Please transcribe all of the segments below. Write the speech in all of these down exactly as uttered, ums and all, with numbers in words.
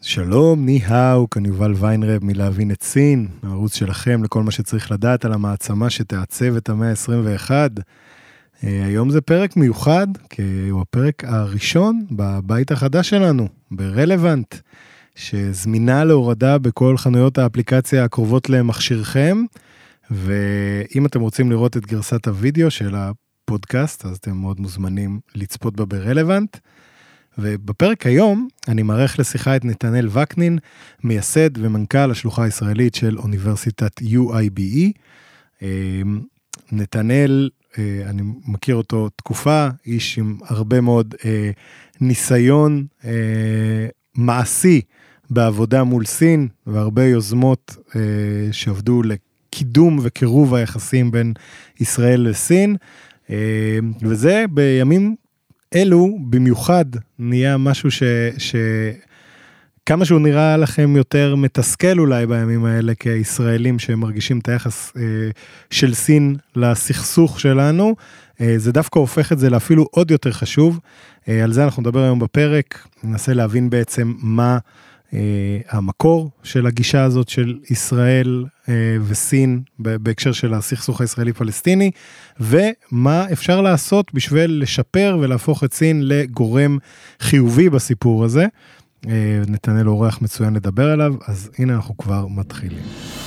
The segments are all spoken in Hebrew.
שלום, ני-האו, כאן יובל ויינרב מלהבין את סין, הערוץ שלכם לכל מה שצריך לדעת על המעצמה שתעצב את המאה ה-עשרים ואחת. היום זה פרק מיוחד, כי הוא הפרק הראשון בבית החדש שלנו, ברלוונט, שזמינה להורדה בכל חנויות האפליקציה הקרובות למכשירכם, ואם אתם רוצים לראות את גרסת הוידאו של הפודקאסט, אז אתם מאוד מוזמנים לצפות בה ברלוונט. ובפרק היום אני מערך לשיחה את נתנאל וקנין, מייסד ומנכ"ל השלוחה הישראלית של אוניברסיטת יו איי בי איי. נתנאל, אני מכיר אותו תקופה, איש עם הרבה מאוד ניסיון מעשי בעבודה מול סין, והרבה יוזמות שעבדו לקידום וקירוב היחסים בין ישראל לסין, וזה בימים אלו במיוחד נהיה משהו ש, ש... כמה שהוא נראה לכם יותר מתסכל אולי בימים האלה כישראלים שמרגישים את היחס אה, של סין לסכסוך שלנו, אה, זה דווקא הופך את זה לאפילו עוד יותר חשוב. אה, על זה אנחנו נדבר היום בפרק, ננסה להבין בעצם מה אה, המקור של הגישה הזאת של ישראל אה, וסין בהקשר של הסכסוך הישראלי-פלסטיני, ומה אפשר לעשות בשביל לשפר ולהפוך את סין לגורם חיובי בסיפור הזה. נתנאל אורח מצוין לדבר עליו, אז הנה אנחנו כבר מתחילים.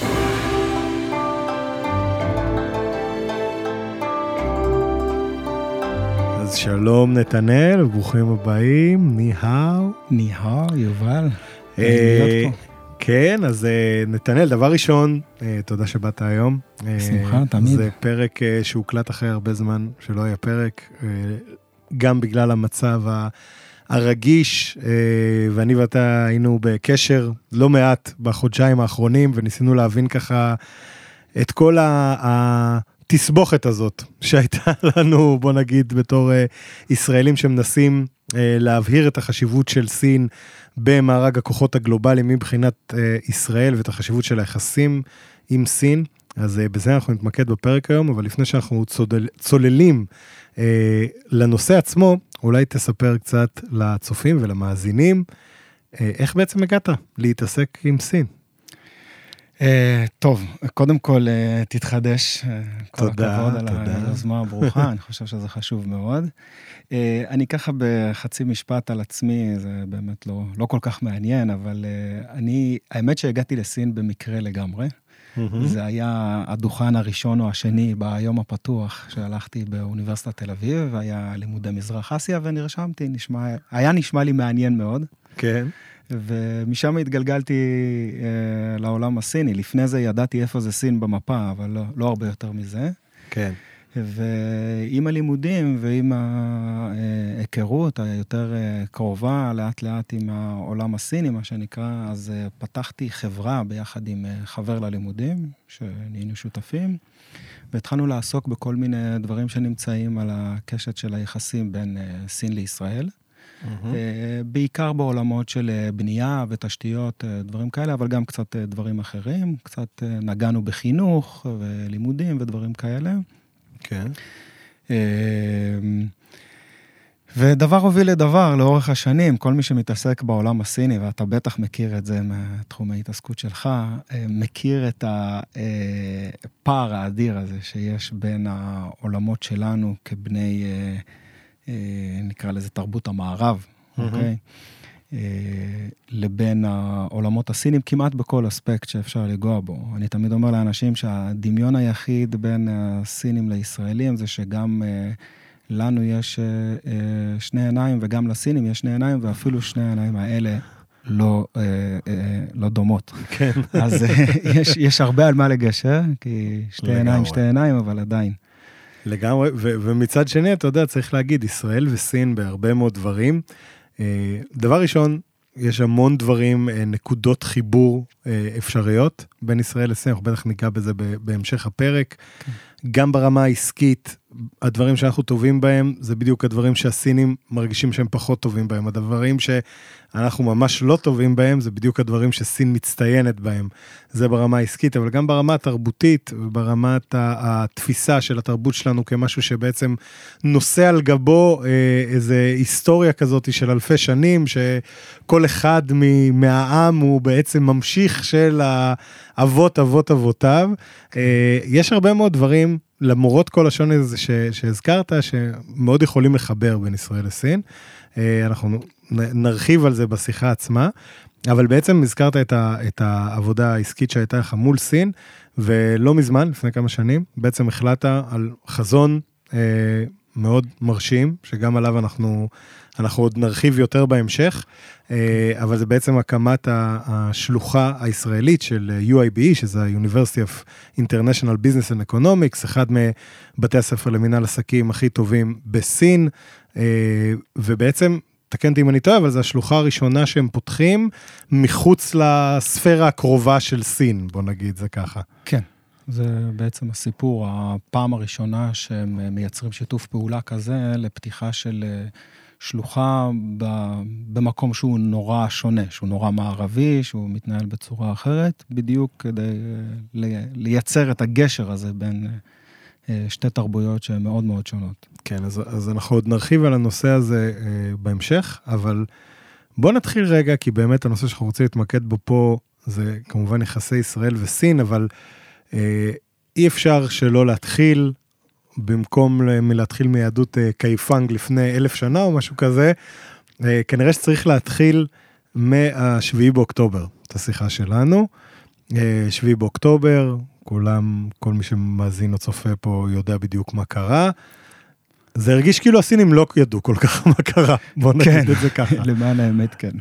אז שלום נתנאל, ברוכים הבאים, ני-האו. ני-האו, יובל. כן, אז נתנאל, דבר ראשון, תודה שבאת היום. שמחה, תמיד. זה פרק שהוקלט אחרי הרבה זמן שלא היה פרק, גם בגלל המצב ה... הרגיש, ואני ואתה היינו בקשר לא מעט בחודשיים האחרונים, וניסינו להבין ככה את כל התסבוכת הזאת שהייתה לנו, בוא נגיד, בתור ישראלים שמנסים להבהיר את החשיבות של סין במארג הכוחות הגלובליים מבחינת ישראל, ואת החשיבות של היחסים עם סין. אז בזה אנחנו נתמקד בפרק היום, אבל לפני שאנחנו צוללים לנושא עצמו, אולי תספר קצת לצופים ולמאזינים, איך בעצם הגעת להתעסק עם סין? טוב, קודם כל תתחדש. תודה, תודה. על היוזמה הברוכה, אני חושב שזה חשוב מאוד. אני ככה בחצי משפט על עצמי, זה באמת לא, לא כל כך מעניין, אבל אני, האמת שהגעתי לסין במקרה לגמרי. זה היה הדוכן הראשון או השני ביום הפתוח שהלכתי באוניברסיטת תל אביב, והיה לימודי מזרח אסיה, ונרשמתי, נשמע, היה נשמע לי מעניין מאוד. כן. ומשם התגלגלתי אה, לעולם הסיני. לפני זה ידעתי איפה זה סין במפה, אבל לא, לא הרבה יותר מזה. כן. ועם הלימודים ועם ההיכרות היותר קרובה, לאט לאט עם העולם הסיני, מה שנקרא, אז פתחתי חברה ביחד עם חבר ללימודים, שנהיינו שותפים, והתחלנו לעסוק בכל מיני דברים שנמצאים על הקשת של היחסים בין סין לישראל, mm-hmm. בעיקר בעולמות של בנייה ותשתיות, דברים כאלה, אבל גם קצת דברים אחרים, קצת נגענו בחינוך ולימודים ודברים כאלה. כן. ודבר הוביל לדבר לאורך השנים, כל מי שמתעסק בעולם הסיני, ואתה בטח מכיר את זה מתחום ההתעסקות שלך, מכיר את הפער האדיר הזה שיש בין העולמות שלנו כבני, נקרא לזה תרבות המערב, אוקיי? לבין העולמות הסינים, כמעט בכל אספקט שאפשר לגוע בו. אני תמיד אומר לאנשים שהדמיון היחיד בין הסינים לישראלים, זה שגם לנו יש שני עיניים, וגם לסינים יש שני עיניים, ואפילו שני העיניים האלה לא, לא דומות. כן. אז יש, יש הרבה על מה לגשר, כי שתי עיניים, שתי עיניים, אבל עדיין. לגמרי, ו- ומצד שני, אתה יודע, צריך להגיד, ישראל וסין בהרבה מאוד דברים, דבר ראשון, יש המון דברים, נקודות חיבור אפשריות בין ישראל לסין, אנחנו בטח ניגע בזה בהמשך הפרק, גם ברמה העסקית, הדברים שאנחנו טובים בהם, זה בדיוק הדברים שהסינים מרגישים שהם פחות טובים בהם. הדברים שאנחנו ממש לא טובים בהם, זה בדיוק הדברים שסין מצטיינת בהם. זה ברמה העסקית, אבל גם ברמה התרבותית, וברמת התפיסה של התרבות שלנו, כמשהו שבעצם נושא על גבו איזה היסטוריה כזאת של אלפי שנים, שכל אחד מהעם הוא בעצם ממשיך של האבות, אבות, אבותיו. יש הרבה מאוד דברים, למורות כל השוני הזה שהזכרת, שמאוד יכולים לחבר בין ישראל לסין. אנחנו נרחיב על זה בשיחה עצמה, אבל בעצם הזכרת את, ה, את העבודה העסקית שהייתה לך מול סין, ולא מזמן, לפני כמה שנים, בעצם החלטת על חזון אה, מאוד מרשים, שגם עליו אנחנו, אנחנו עוד נרחיב יותר בהמשך, אה, אבל זה בעצם הקמת השלוחה הישראלית של יו איי בי, שזה ה-University of International Business and Economics, אחד מבתי הספר למנהל עסקים הכי טובים בסין, אה, ובעצם, תקנתי אם אני טועה, אבל זו השלוחה הראשונה שהם פותחים מחוץ לספירה הקרובה של סין, בוא נגיד, זה ככה. כן, זה בעצם הסיפור, הפעם הראשונה שהם מייצרים שיתוף פעולה כזה, לפתיחה של שלוחה במקום שהוא נורא שונה, שהוא נורא מערבי, שהוא מתנהל בצורה אחרת, בדיוק כדי לייצר את הגשר הזה בין שתי תרבויות שהן מאוד מאוד שונות. כן, אז, אז אנחנו עוד נרחיב על הנושא הזה אה, בהמשך, אבל בוא נתחיל רגע, כי באמת הנושא שאנחנו רוצים להתמקד בו פה, זה כמובן יחסי ישראל וסין, אבל אה, אי אפשר שלא להתחיל, במקום מלהתחיל מיהדות אה, קייפנג לפני אלף שנה או משהו כזה, אה, כנראה שצריך להתחיל מהשביעי באוקטובר, את השיחה שלנו. אה, שביעי באוקטובר, כולם, כל מי שמאזין או צופה פה יודע בדיוק מה קרה. זה הרגיש כאילו הסינים לא ידעו כל כך מה קרה. בוא נגיד כן, את זה ככה. למען האמת, כן.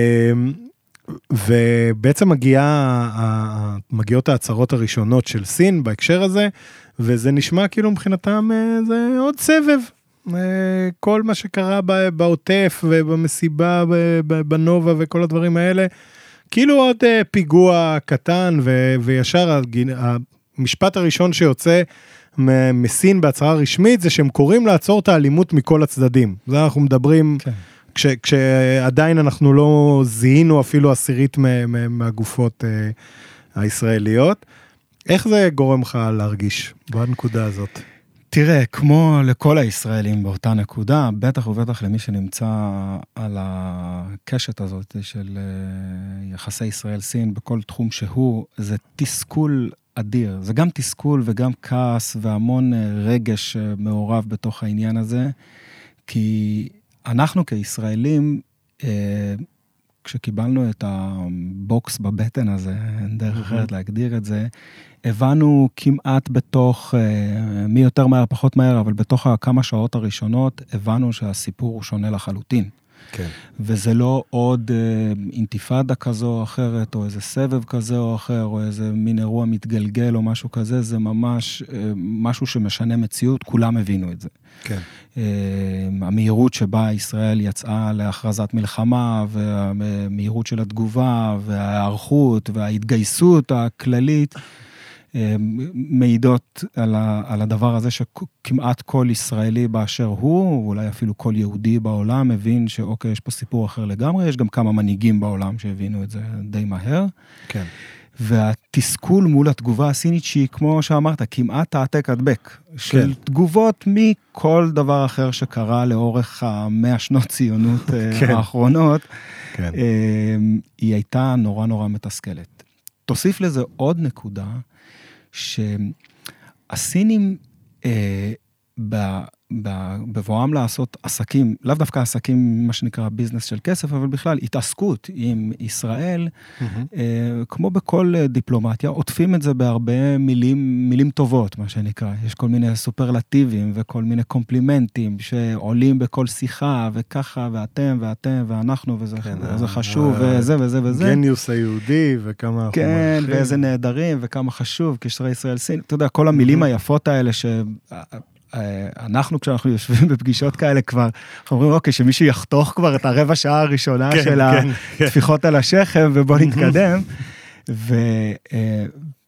ובעצם מגיעה, מגיעות ההצהרות הראשונות של סין בהקשר הזה, וזה נשמע כאילו מבחינתם זה עוד סבב. כל מה שקרה בעוטף ובמסיבה, בנובה וכל הדברים האלה, כאילו עוד פיגוע קטן, וישר המשפט הראשון שיוצא מסין בהצהרה רשמית, זה שהם קוראים לעצור את האלימות מכל הצדדים. זה אנחנו מדברים, כן. כש, כשעדיין אנחנו לא זיהינו אפילו עשירית מהגופות הישראליות. איך זה גורם לך להרגיש בנקודה הזאת? תראה, כמו לכל הישראלים באותה נקודה, בטח ובטח למי שנמצא על הקשת הזאת של יחסי ישראל-סין בכל תחום שהוא, זה תסכול אדיר. זה גם תסכול וגם כעס והמון רגש מעורב בתוך העניין הזה, כי אנחנו כישראלים, כשקיבלנו את הבוקס בבטן הזה, אין דרך אחרת להגדיר את זה, הבנו כמעט בתוך, מי יותר מהר, פחות מהר, אבל בתוך כמה שעות הראשונות, הבנו שהסיפור הוא שונה לחלוטין. כן. וזה לא עוד אינתיפאדה כזו או אחרת, או איזה סבב כזה או אחר, או איזה מין אירוע מתגלגל או משהו כזה, זה ממש משהו שמשנה מציאות, כולם הבינו את זה. כן. המהירות שבה ישראל יצאה להכרזת מלחמה, והמהירות של התגובה, וההערכות, וההתגייסות הכללית, מעידות על, ה, על הדבר הזה שכמעט כל ישראלי באשר הוא, אולי אפילו כל יהודי בעולם, מבין שאוקיי, יש פה סיפור אחר לגמרי, יש גם כמה מנהיגים בעולם שהבינו את זה די מהר. כן. והתסכול מול התגובה הסינית שהיא, כמו שאמרת, כמעט העתק הדבק, של כן. תגובות מכל דבר אחר שקרה לאורך המאה שנות ציונות כן. האחרונות, כן. היא הייתה נורא נורא מתסכלת. תוסיף לזה עוד נקודה, שהסינים אה, ב, ב, בבואם לעשות עסקים, לאו דווקא עסקים, מה שנקרא ביזנס של כסף, אבל בכלל התעסקות עם ישראל, mm-hmm. אה, כמו בכל דיפלומטיה, עוטפים את זה בהרבה מילים, מילים טובות, מה שנקרא. יש כל מיני סופרלטיבים וכל מיני קומפלימנטים שעולים בכל שיחה, וככה, ואתם, ואתם, ואנחנו, וזה, כן, וזה חשוב, ה... וזה וזה וזה. גניוס היהודי, וכמה... כן, ואיזה נהדרים, וכמה חשוב, קשרי ישראל-סין. אתה יודע, כל המילים mm-hmm. היפות האלה ש... אנחנו, כשאנחנו יושבים בפגישות כאלה כבר, אנחנו אומרים, אוקיי, שמישהו יחתוך כבר את הרבע שעה הראשונה של התפיחות על השכם, ובוא נתקדם.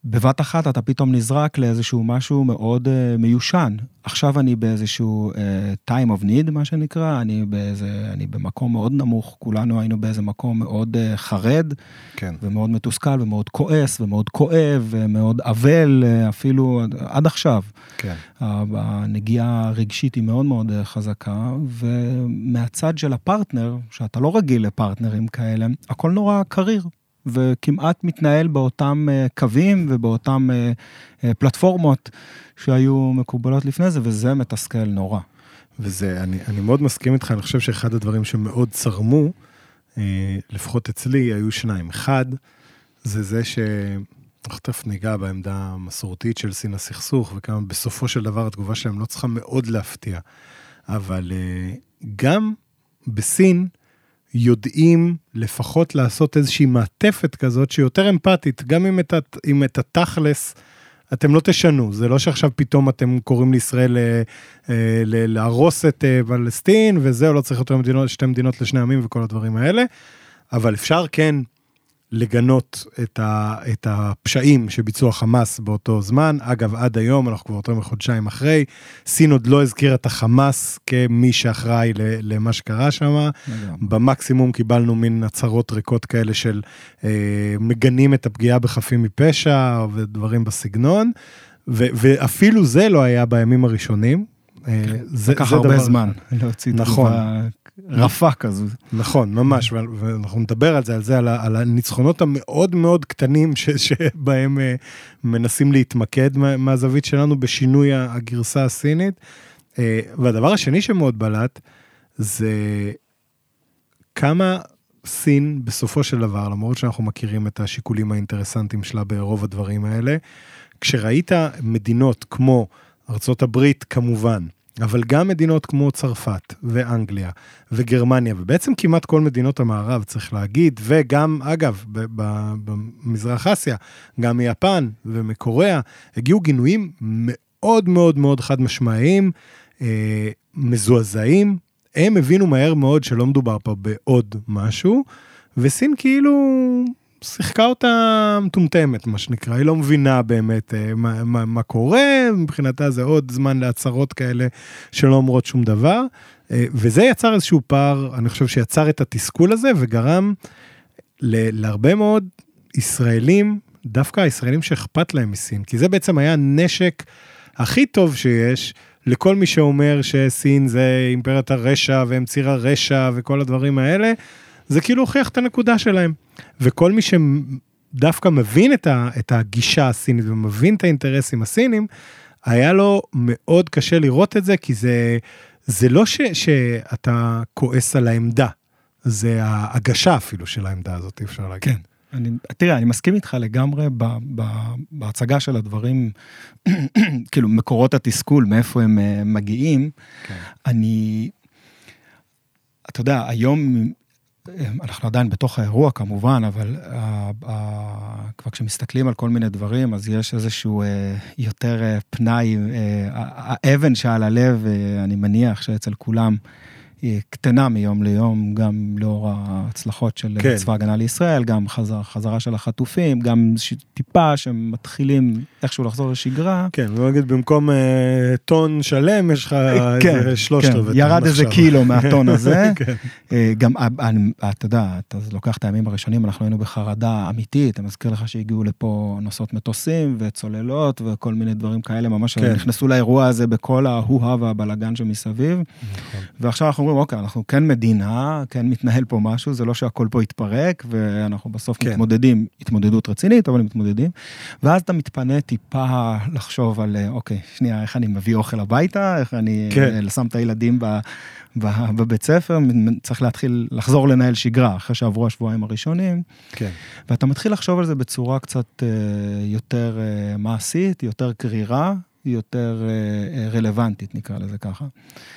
בבת אחת אתה פתאום נזרק לאיזשהו משהו מאוד uh, מיושן. עכשיו אני באיזשהו uh, time of need, מה שנקרא, אני, באיזה, אני במקום מאוד נמוך, כולנו היינו באיזה מקום מאוד uh, חרד, כן. ומאוד מתוסכל, ומאוד כועס, ומאוד כואב, ומאוד אבל, uh, אפילו עד עכשיו. כן. הנגיעה הרגשית היא מאוד מאוד חזקה, ומהצד של הפרטנר, שאתה לא רגיל לפרטנרים כאלה, הכל נורא קריר. וכמעט מתנהל באותם קווים ובאותם פלטפורמות שהיו מקובלות לפני זה, וזה מתסכל נורא. וזה, אני, אני מאוד מסכים איתך, אני חושב שאחד הדברים שמאוד צרמו, לפחות אצלי, היו שניים. אחד, זה זה שתכף ניגע בעמדה המסורתית של סין הסכסוך, וכמה בסופו של דבר התגובה שלהם לא צריכה מאוד להפתיע. אבל גם בסין, יודעים לפחות לעשות איזושהי מעטפת כזאת שיותר אמפתית, גם אם את, אם את התכלס אתם לא תשנו, זה לא שעכשיו פתאום אתם קוראים לישראל להרוס את פלסטין, וזהו, לא צריך יותר מדינות, שתי מדינות לשני עמים וכל הדברים האלה, אבל אפשר כן לגנות את, ה, את הפשעים שביצעו החמאס באותו זמן. אגב, עד היום, אנחנו כבר יותר מחודשיים אחרי, סין עוד לא הזכירה את החמאס כמי שאחראי למה שקרה שם. במקסימום קיבלנו מין הצהרות ריקות כאלה של אה, מגנים את הפגיעה בחפים מפשע ודברים בסגנון, ו, ואפילו זה לא היה בימים הראשונים. זה ככה הרבה זמן להוציא תגובה רפה כזו. נכון, ממש, ואנחנו נדבר על זה, על זה, על הניצחונות המאוד מאוד קטנים שבהם מנסים להתמקד מהזווית שלנו בשינוי הגרסה הסינית. והדבר השני שמאוד בלט, זה כמה סין בסופו של דבר, למרות שאנחנו מכירים את השיקולים האינטרסנטיים שלה ברוב הדברים האלה, כשראית מדינות כמו ארצות הברית כמובן, אבל גם מדינות כמו צרפת ואנגליה וגרמניה, ובעצם כמעט כל מדינות המערב צריך להגיד, וגם אגב במזרח אסיה, גם מיפן ומקוריאה, הגיעו גינויים מאוד מאוד מאוד חד משמעיים, אה, מזועזעים, הם הבינו מהר מאוד שלא מדובר פה בעוד משהו, וסין כאילו שיחקה אותה מטומטמת, מה שנקרא, היא לא מבינה באמת מה, מה, מה קורה, מבחינתה זה עוד זמן להצהרות כאלה שלא אומרות שום דבר, וזה יצר איזשהו פער, אני חושב שיצר את התסכול הזה, וגרם להרבה מאוד ישראלים, דווקא הישראלים שאכפת להם מסין, כי זה בעצם היה הנשק הכי טוב שיש, לכל מי שאומר שסין זה אימפריית הרשע, והם ציר הרשע, וכל הדברים האלה, זה כאילו הוכיח את הנקודה שלהם. וכל מי שדווקא מבין את, ה, את הגישה הסינית, ומבין את האינטרסים הסינים, היה לו מאוד קשה לראות את זה, כי זה, זה לא ש, שאתה כועס על העמדה, זה ההגשה אפילו של העמדה הזאת, אפשר להגיד. כן. אני, תראה, אני מסכים איתך לגמרי ב, ב, בהצגה של הדברים, כאילו מקורות התסכול, מאיפה הם מגיעים. כן. אני, אתה יודע, היום אנחנו עדיין בתוך האירוע כמובן, אבל כבר כשמסתכלים על כל מיני דברים, אז יש איזשהו יותר פנאי, האבן שעל הלב, אני מניח שאצל כולם, היא קטנה מיום ליום, גם לאור ההצלחות של כן. צבא הגנה לישראל, גם חזר, חזרה של החטופים, גם טיפה שמתחילים איכשהו לחזור לשגרה. כן, ונגיד במקום אה, טון שלם, יש לך כן, איזה שלושת כן, רבעי. ירד איזה קילו מהטון הזה. כן. אה, גם, אני, אתה יודע, אתה לוקח את הימים הראשונים, אנחנו היינו בחרדה אמיתית, אני מזכיר לך שהגיעו לפה נוסעות מטוסים וצוללות וכל מיני דברים כאלה, ממש כן. נכנסו לאירוע הזה בכל ההוא והבלגן שמסביב. נכון. ועכשיו אנחנו אומרים, אוקיי, אנחנו כן מדינה, כן מתנהל פה משהו, זה לא שהכל פה יתפרק, ואנחנו בסוף כן. מתמודדים, התמודדות רצינית, אבל מתמודדים, ואז אתה מתפנה טיפה לחשוב על, אוקיי, שנייה, איך אני מביא אוכל הביתה, איך אני כן. שם את הילדים ב, ב, בבית ספר, צריך להתחיל לחזור לנהל שגרה, אחרי שעברו השבועיים הראשונים, כן. ואתה מתחיל לחשוב על זה בצורה קצת יותר מעשית, יותר קרירה, יותר רלוונטית, נקרא לזה ככה.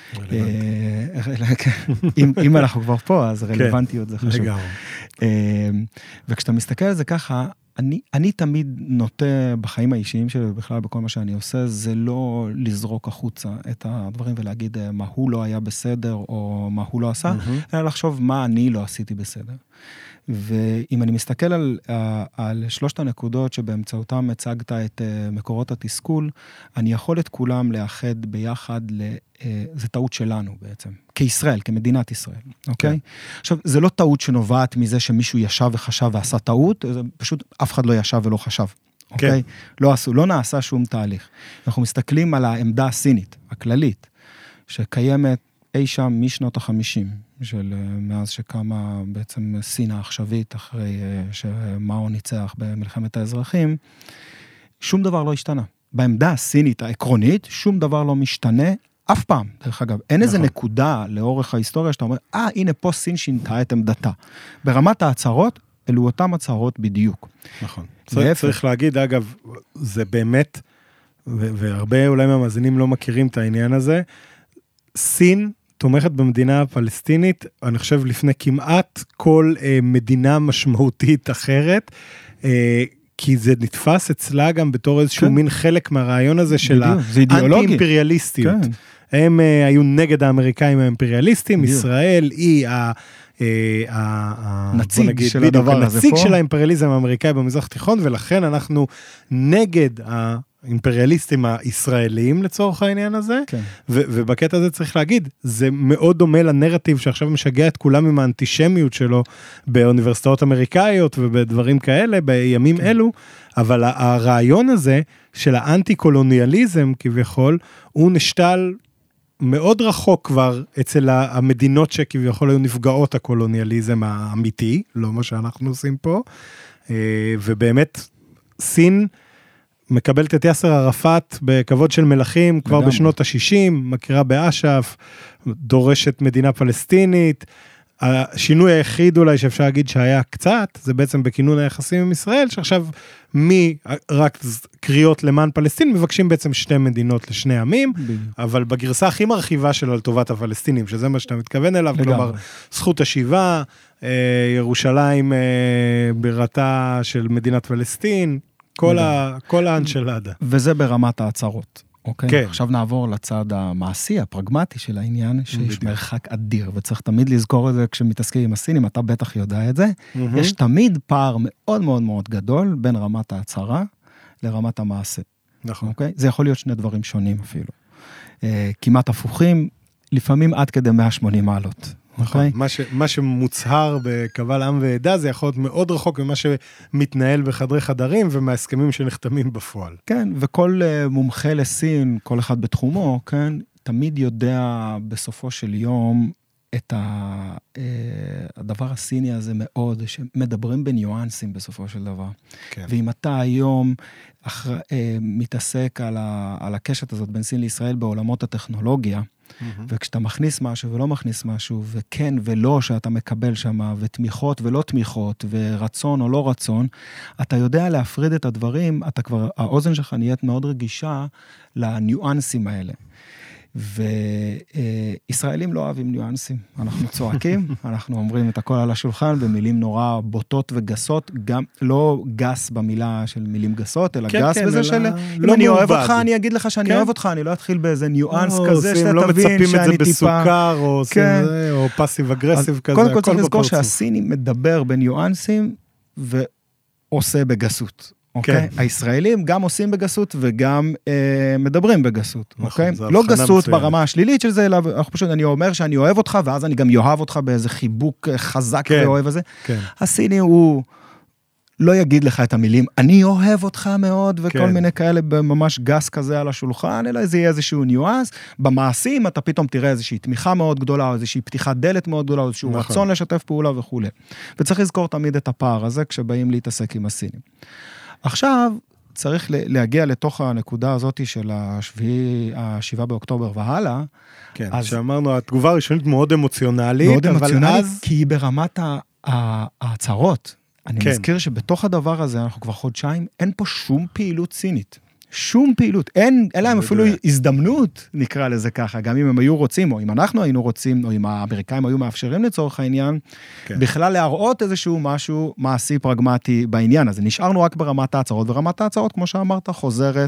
אם אנחנו כבר פה, אז רלוונטיות זה חשוב. וכשאתה מסתכל על זה ככה, אני תמיד נוטה בחיים האישיים שלי, ובכלל בכל מה שאני עושה, זה לא לזרוק החוצה את הדברים ולהגיד מה הוא לא היה בסדר, או מה הוא לא עשה, אלא לחשוב מה אני לא עשיתי בסדר. ואם אני מסתכל על, על שלושת הנקודות שבאמצעותם הצגת את מקורות התסכול, אני יכול את כולם לאחד ביחד, זה טעות שלנו בעצם, כישראל, כמדינת ישראל, אוקיי? כן. עכשיו, זה לא טעות שנובעת מזה שמישהו ישב וחשב ועשה טעות, זה פשוט אף אחד לא ישב ולא חשב, אוקיי? כן. לא עשו, לא נעשה שום תהליך. אנחנו מסתכלים על העמדה הסינית, הכללית, שקיימת אי שם משנות החמישים, של מאז שקמה בעצם סין העכשווית, אחרי שמאו ניצח במלחמת האזרחים, שום דבר לא השתנה. בעמדה הסינית העקרונית, שום דבר לא משתנה, אף פעם, דרך אגב. אין איזה נקודה לאורך ההיסטוריה, שאתה אומר, אה, הנה פה סין שינתה את עמדתה. ברמת ההצהרות, אלו אותם הצהרות בדיוק. נכון. צריך להגיד, אגב, זה באמת, והרבה אולי מהמאזינים לא מכירים את העניין הזה, סין תומכת במדינה הפלסטינית, אני חושב לפני כמעט כל אה, מדינה משמעותית אחרת, אה, כי זה נתפס אצלה גם בתור איזשהו כן. מין חלק מהרעיון הזה של האנטי-אימפריאליסטיות. כן. הם אה, היו נגד האמריקאים האימפריאליסטים, בדיוק. ישראל היא ה... נציג נגיד, של הדבר הזה פה. הנציג של האימפריאליזם האמריקאי במזרח התיכון, ולכן אנחנו נגד האימפריאליסטים הישראלים לצורך העניין הזה, כן. ו- ובקטע הזה צריך להגיד, זה מאוד דומה לנרטיב שעכשיו משגע את כולם עם האנטישמיות שלו, באוניברסיטאות אמריקאיות ובדברים כאלה, בימים כן. אלו, אבל הרעיון הזה של האנטי-קולוניאליזם כביכול, הוא נשתל מאוד רחוק כבר אצל המדינות שכביכול היו נפגעות הקולוניאליזם האמיתי, לא מה שאנחנו עושים פה, ובאמת סין מקבלת את יאסר ערפאת בכבוד של מלכים כבר בשנות ה-שישים, מכירה באש"ף, דורשת מדינה פלסטינית, השינוי היחיד אולי שאפשר להגיד שהיה קצת, זה בעצם בכינון היחסים עם ישראל, שעכשיו מי רק קריאות למען פלסטין, מבקשים בעצם שתי מדינות לשני עמים, אבל בגרסה הכי מרחיבה שלו לטובת הפלסטינים, שזה מה שאתה מתכוון אליו, כלומר, זכות השיבה, ירושלים בירתה של מדינת פלסטין, כל האנשלדה. וזה ברמת ההצהרות. אוקיי, כן. עכשיו נעבור לצד המעשי, הפרגמטי של העניין, שיש מרחק אדיר, וצריך תמיד לזכור את זה כשמתעסקים עם הסינים, אתה בטח יודע את זה, mm-hmm. יש תמיד פער מאוד מאוד מאוד גדול, בין רמת ההצהרה לרמת המעשה. נכון. אוקיי? זה יכול להיות שני דברים שונים אפילו. אה, כמעט הפוכים, לפעמים עד כדי מאה ושמונים מעלות. נכון, okay. מה, ש, מה שמוצהר בקבל עם ועדה, זה יכול להיות מאוד רחוק ממה שמתנהל בחדרי חדרים, ומההסכמים שנחתמים בפועל. כן, וכל uh, מומחה לסין, כל אחד בתחומו, כן, תמיד יודע בסופו של יום, את ה, uh, הדבר הסיני הזה מאוד, שמדברים בניואנסים בסופו של דבר. כן. ואם אתה היום אחר, uh, מתעסק על, ה, על הקשת הזאת בין סין לישראל בעולמות הטכנולוגיה, וכשאתה מכניס משהו ולא מכניס משהו, וכן ולא שאתה מקבל שם, ותמיכות ולא תמיכות, ורצון או לא רצון, אתה יודע להפריד את הדברים, אתה כבר, האוזן שלך נהיית מאוד רגישה לניואנסים האלה. וישראלים לא אוהבים ניואנסים, אנחנו צועקים, אנחנו אומרים את הכל על השולחן, במילים נורא בוטות וגסות, גם לא גס במילה של מילים גסות, אלא גס בזה של, אם אני אוהב אותך, אני אגיד לך שאני אוהב אותך, אני לא אתחיל באיזה ניואנס כזה, שאתה תבין שאני טיפה... לא מצפים את זה בסוכר, או פאסיב אגרסיב כזה, קודם כל צריך לזכור שהסיני מדבר בניואנסים, ועושה בגסות. אוקיי? הישראלים גם עושים בגסות וגם מדברים בגסות, אוקיי? לא גסות ברמה השלילית של זה, אלא פשוט אני אומר שאני אוהב אותך, ואז אני גם יאהב אותך באיזה חיבוק חזק ואוהב הזה. הסיני הוא לא יגיד לך את המילים, אני אוהב אותך מאוד, וכל מיני כאלה ממש גס כזה על השולחן, אלא זה יהיה איזשהו ניואנס. במעשים אתה פתאום תראה איזושהי תמיכה מאוד גדולה, או איזושהי פתיחת דלת מאוד גדולה, או איזשהו רצון לשתף פעולה וכו'. וצריך לזכור תמיד את הפער הזה, כשבאים להתעסק עם הסינים. עכשיו צריך להגיע לתוך הנקודה הזאת של השביעי, השבעה באוקטובר והלאה. כן, אז שאמרנו, התגובה הראשונית מאוד אמוציונלית, מאוד אמוציונלית, אז... כי היא ברמת ההצהרות. אני כן. מזכיר שבתוך הדבר הזה, אנחנו כבר חודשיים, אין פה שום פעילות סינית. שום פעילות. אין, אין להם אפילו הזדמנות, נקרא לזה ככה, גם אם הם היו רוצים, או אם אנחנו היינו רוצים, או אם האמריקאים היו מאפשרים לצורך העניין, כן. בכלל להראות איזשהו משהו מעשי פרגמטי בעניין הזה. נשארנו רק ברמת ההצהרות, ורמת ההצהרות, כמו שאמרת, חוזרת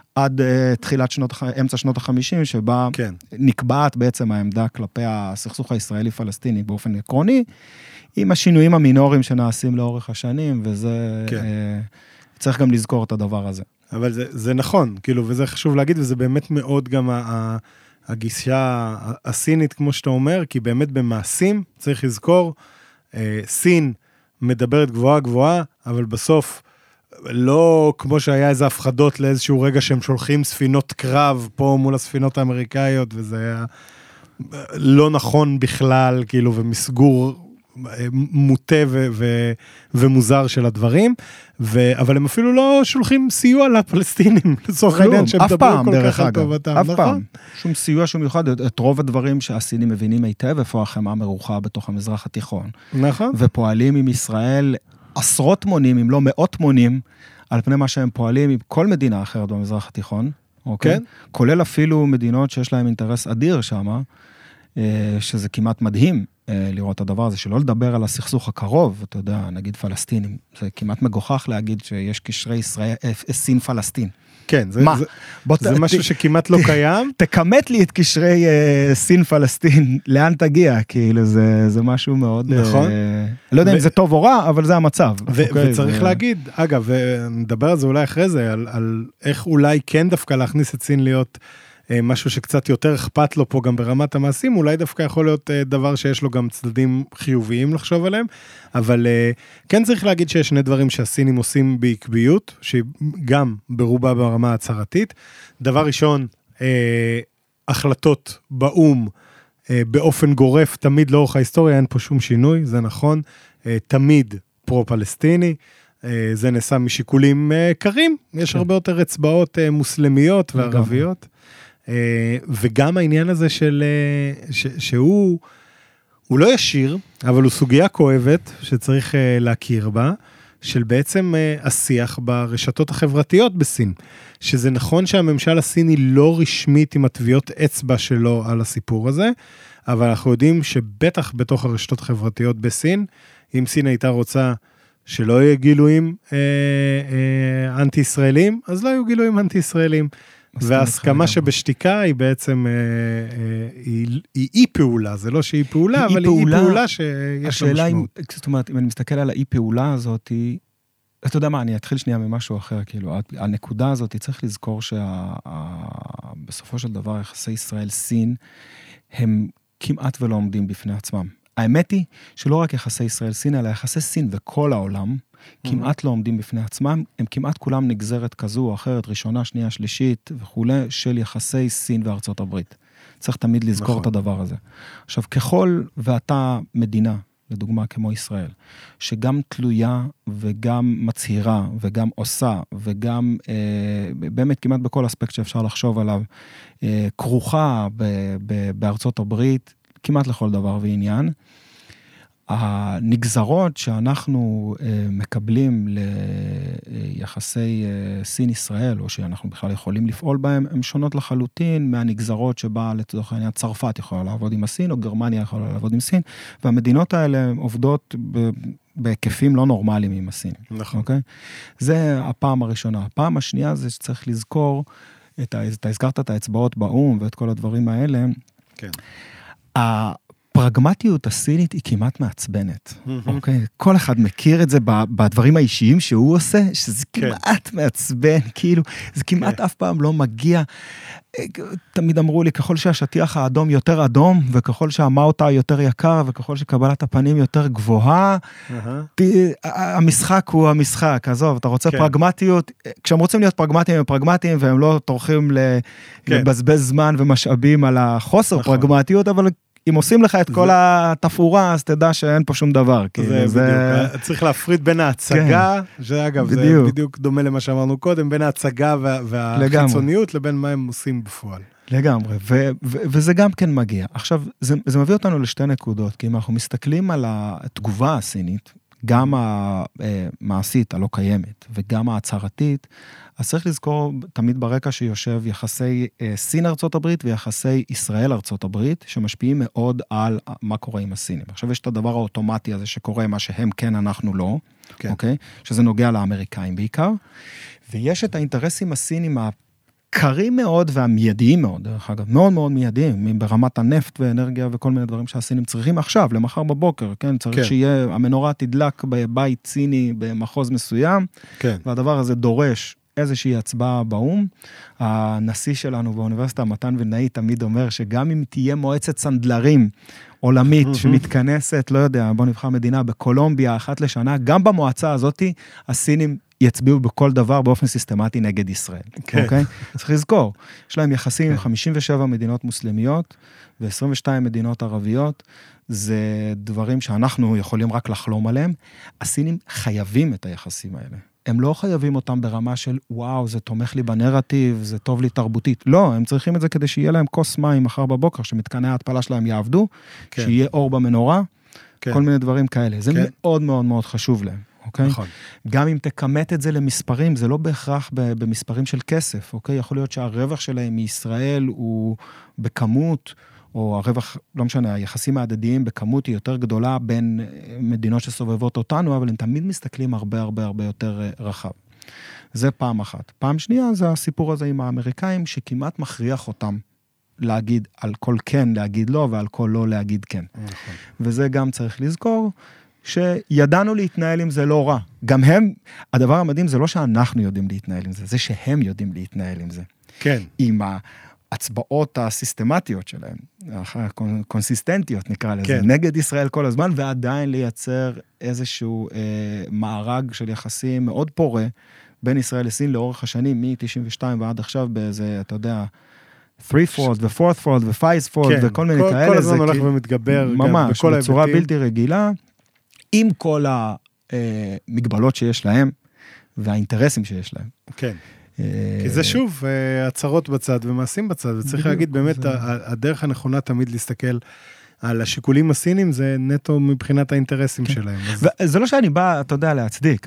עד uh, תחילת שנות, אמצע שנות החמישים, שבה כן. נקבעת בעצם העמדה כלפי הסכסוך הישראלי-פלסטיני באופן עקרוני, עם השינויים המינוריים שנעשים לאורך השנים, וזה, כן. uh, צריך גם לזכור את הדבר הזה. אבל זה, זה נכון, כאילו, וזה חשוב להגיד, וזה באמת מאוד גם ה, הגישה הסינית, כמו שאתה אומר, כי באמת במעשים צריך לזכור, אה, סין מדברת גבוהה גבוהה, אבל בסוף לא כמו שהיה איזה הפחדות לאיזשהו רגע שהם שולחים ספינות קרב פה מול הספינות האמריקאיות, וזה היה לא נכון בכלל, כאילו, ומסגור מוטה ו- ו- ומוזר של הדברים, ו- אבל הם אפילו לא שולחים סיוע לפלסטינים, לצורך העניין, שהם דברו כל כך על טובתם. אף פעם, שום סיוע, שום מיוחד, את רוב הדברים שהסינים מבינים היטב, איפה החמה מרוחה בתוך המזרח התיכון. נכון. ופועלים עם ישראל עשרות מונים, אם לא מאות מונים, על פני מה שהם פועלים עם כל מדינה אחרת במזרח התיכון, אוקיי? כן. כולל אפילו מדינות שיש להם אינטרס אדיר שם, שזה כמעט מדהים לראות את הדבר הזה, שלא לדבר על הסכסוך הקרוב, אתה יודע, נגיד פלסטינים, זה כמעט מגוחך להגיד שיש קשרי ישראל, סין פלסטין. כן, זה, זה, זה ת, משהו ת, שכמעט לא ת, קיים. תקמת לי את קשרי uh, סין פלסטין, לאן תגיע? כאילו זה, זה משהו מאוד... נכון. Uh, לא יודע ו... אם זה טוב או רע, אבל זה המצב. ו- okay, וצריך זה... להגיד, אגב, ונדבר על זה אולי אחרי זה, על, על איך אולי כן דווקא להכניס את סין להיות... משהו שקצת יותר אכפת לו פה גם ברמת המעשים, אולי דווקא יכול להיות דבר שיש לו גם צדדים חיוביים לחשוב עליהם, אבל כן צריך להגיד שיש שני דברים שהסינים עושים בעקביות, שגם ברובה ברמה הצהרתית. דבר ראשון, החלטות באום באופן גורף, תמיד לאורך ההיסטוריה, אין פה שום שינוי, זה נכון, תמיד פרו-פלסטיני, זה נעשה משיקולים קרים, יש הרבה יותר אצבעות מוסלמיות וערביות, וגם העניין הזה של, ש, שהוא, הוא לא ישיר, אבל הוא סוגיה כואבת שצריך להכיר בה, של בעצם השיח ברשתות החברתיות בסין, שזה נכון שהממשל הסיני לא רשמית עם התביעות אצבע שלו על הסיפור הזה, אבל אנחנו יודעים שבטח בתוך הרשתות החברתיות בסין, אם סין הייתה רוצה שלא יהיו גילויים אה, אה, אנטי-ישראלים, אז לא יהיו גילויים אנטי-ישראלים. וההסכמה שבשתיקה היא בעצם, היא אי פעולה, זה לא שהיא פעולה, אבל היא אי פעולה שיש לה משמעות. זאת אומרת, אם אני מסתכל על האי פעולה הזאת, אתה יודע מה, אני אתחיל שנייה ממשהו אחר, כאילו, הנקודה הזאת, צריך לזכור שבסופו של דבר, יחסי ישראל-סין, הם כמעט ולא עומדים בפני עצמם. האמת היא שלא רק יחסי ישראל-סין, אלא יחסי סין וכל העולם, כמעט לא עומדים בפני עצמם, הם כמעט כולם נגזרת כזו או אחרת, ראשונה, שנייה, שלישית וכו', של יחסי סין וארצות הברית. צריך תמיד לזכור נכון. את הדבר הזה. עכשיו, ככל ואתה מדינה, לדוגמה כמו ישראל, שגם תלויה וגם מצהירה וגם עושה, וגם אה, באמת כמעט בכל אספקט שאפשר לחשוב עליו, אה, כרוכה ב, ב, בארצות הברית, כמעט לכל דבר ועניין, הנגזרות שאנחנו מקבלים ליחסי סין-ישראל, או שאנחנו בכלל יכולים לפעול בהם, הן שונות לחלוטין מהנגזרות שבה, לצורך העניין, צרפת יכולה לעבוד עם הסין, או גרמניה יכולה לעבוד עם סין, והמדינות האלה עובדות בהיקפים לא נורמליים עם הסין. נכון. אוקיי? זה הפעם הראשונה. הפעם השנייה זה שצריך לזכור, אתה הזכרת את האצבעות באום ואת כל הדברים האלה. כן. הפרגמטיות הסינית היא כמעט מעצבנת, אוקיי? כל אחד מכיר את זה בדברים האישיים שהוא עושה, שזה כמעט מעצבן, כאילו, זה כמעט אף פעם לא מגיע. תמיד אמרו לי, ככל שהשטיח האדום יותר אדום, וככל שהמאוטה יותר יקר, וככל שקבלת הפנים יותר גבוהה, המשחק הוא המשחק, עזוב, אתה רוצה פרגמטיות, כשהם רוצים להיות פרגמטיים הם פרגמטיים, והם לא טורחים לבזבז זמן ומשאבים על החוסר פרגמטיות, אבל אם עושים לך את כל התפאורה, אז תדע שאין פה שום דבר. זה בדיוק, צריך להפריד בין ההצגה, שאגב, זה בדיוק דומה למה שאמרנו קודם, בין ההצגה והחיצוניות, לבין מה הם עושים בפועל. לגמרי, וזה גם כן מגיע. עכשיו, זה מביא אותנו לשתי נקודות, כי אם אנחנו מסתכלים על התגובה הסינית, גם המעשית, הלא קיימת, וגם ההצהרתית, אז צריך לזכור תמיד ברקע שיושב יחסי סין ארצות הברית ויחסי ישראל ארצות הברית, שמשפיעים מאוד על מה קורה עם הסינים. עכשיו יש את הדבר האוטומטי הזה שקורה, מה שהם כן, אנחנו לא, כן. אוקיי? שזה נוגע לאמריקאים בעיקר, ויש את האינטרסים הסינים קרים מאוד והמיידיים מאוד, דרך אגב, מאוד מאוד מיידיים, ברמת הנפט ואנרגיה וכל מיני דברים שהסינים צריכים עכשיו, למחר בבוקר, כן? צריך כן. שיהיה, המנורה תדלק בבית סיני במחוז מסוים, כן. והדבר הזה דורש איזושהי הצבעה באום. הנשיא שלנו באוניברסיטה, מתן וילנאי, תמיד אומר שגם אם תהיה מועצת סנדלרים עולמית שמתכנסת, לא יודע, בוא נבחר מדינה בקולומביה אחת לשנה, גם במועצה הזאת, הסינים יצביעו בכל דבר באופן סיסטמטי נגד ישראל. כן. אוקיי? צריך לזכור, יש להם יחסים עם חמישים ושבע מדינות מוסלמיות ו-עשרים ושתיים מדינות ערביות, זה דברים שאנחנו יכולים רק לחלום עליהם. הסינים חייבים את היחסים האלה. הם לא חייבים אותם ברמה של, וואו, זה תומך לי בנרטיב, זה טוב לי תרבותית. לא, הם צריכים את זה כדי שיהיה להם כוס מים מחר בבוקר, שמתקני ההתפלה שלהם יעבדו, כן. שיהיה אור במנורה, כן. כל מיני דברים כאלה. זה כן. מאוד מאוד מאוד חשוב להם. אוקיי? נכון. גם אם תקמת את זה למספרים, זה לא בהכרח במספרים של כסף, אוקיי? יכול להיות שהרווח שלהם מישראל הוא בכמות, או הרווח, לא משנה, היחסים ההדדיים בכמות היא יותר גדולה בין מדינות שסובבות אותנו, אבל הם תמיד מסתכלים הרבה הרבה הרבה יותר רחב. זה פעם אחת. פעם שנייה זה הסיפור הזה עם האמריקאים, שכמעט מכריח אותם להגיד על כל כן להגיד לא, ועל כל לא להגיד כן. נכון. וזה גם צריך לזכור, שידענו להתנהל עם זה לא רע. גם הם, הדבר המדהים זה לא שאנחנו יודעים להתנהל עם זה, זה שהם יודעים להתנהל עם זה. כן. עם ההצבעות הסיסטמטיות שלהם, הקונסיסטנטיות נקרא לזה, כן. נגד ישראל כל הזמן, ועדיין לייצר איזשהו אה, מארג של יחסים מאוד פורה, בין ישראל לסין לאורך השנים, מ-תשעים ושתיים ועד עכשיו באיזה, אתה יודע, three-fold ו-fourth-fold ו-five-fold כן. וכל מיני כל, כאלה. כל הזמן הולך ומתגבר. ממש, בצורה בלתי רגילה. עם כל המגבלות שיש להם, והאינטרסים שיש להם. כן. כי זה שוב, הצהרות בצד ומעשים בצד, וצריך להגיד באמת, הדרך הנכונה תמיד להסתכל על השיקולים הסינים, זה נטו מבחינת האינטרסים שלהם. זה לא שאני בא, אתה יודע, להצדיק,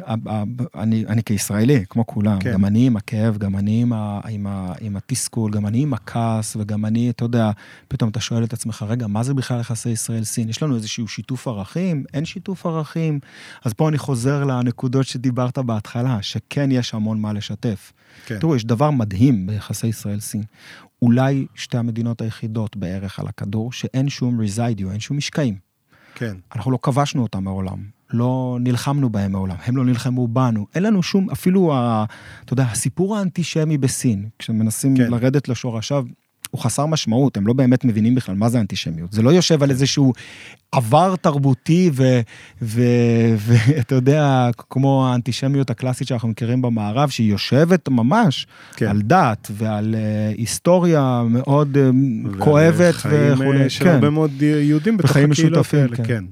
אני כישראלי, כמו כולם, גם אני עם הכאב, גם אני עם התסכול, גם אני עם הכעס, וגם אני, אתה יודע, פתאום אתה שואל את עצמך, רגע, מה זה בכלל יחסי ישראל-סין? יש לנו איזשהו שיתוף ערכים? אין שיתוף ערכים? אז פה אני חוזר לנקודות שדיברת בהתחלה, שכן יש המון מה לשתף. תראו, יש דבר מדהים ביחסי ישראל-סין. אולי שתי המדינות היחידות בערך על הכדור, שאין שום רזיידיו, אין שום משקעים. כן. אנחנו לא כבשנו אותם מעולם, לא נלחמנו בהם מעולם, הם לא נלחמו בנו, אין לנו שום, אפילו, ה, אתה יודע, הסיפור האנטישמי בסין, כשמנסים כן. לרדת לשורשיו, הוא חסר משמעות, הם לא באמת מבינים בכלל מה זה אנטישמיות, זה לא יושב על איזשהו עבר תרבותי, ואתה יודע, כמו האנטישמיות הקלאסית שאנחנו מכירים במערב, שהיא יושבת ממש כן. על דת, ועל uh, היסטוריה מאוד uh, כואבת, וחיים של הרבה מאוד יהודים בתוך הקהילות האלה, כן.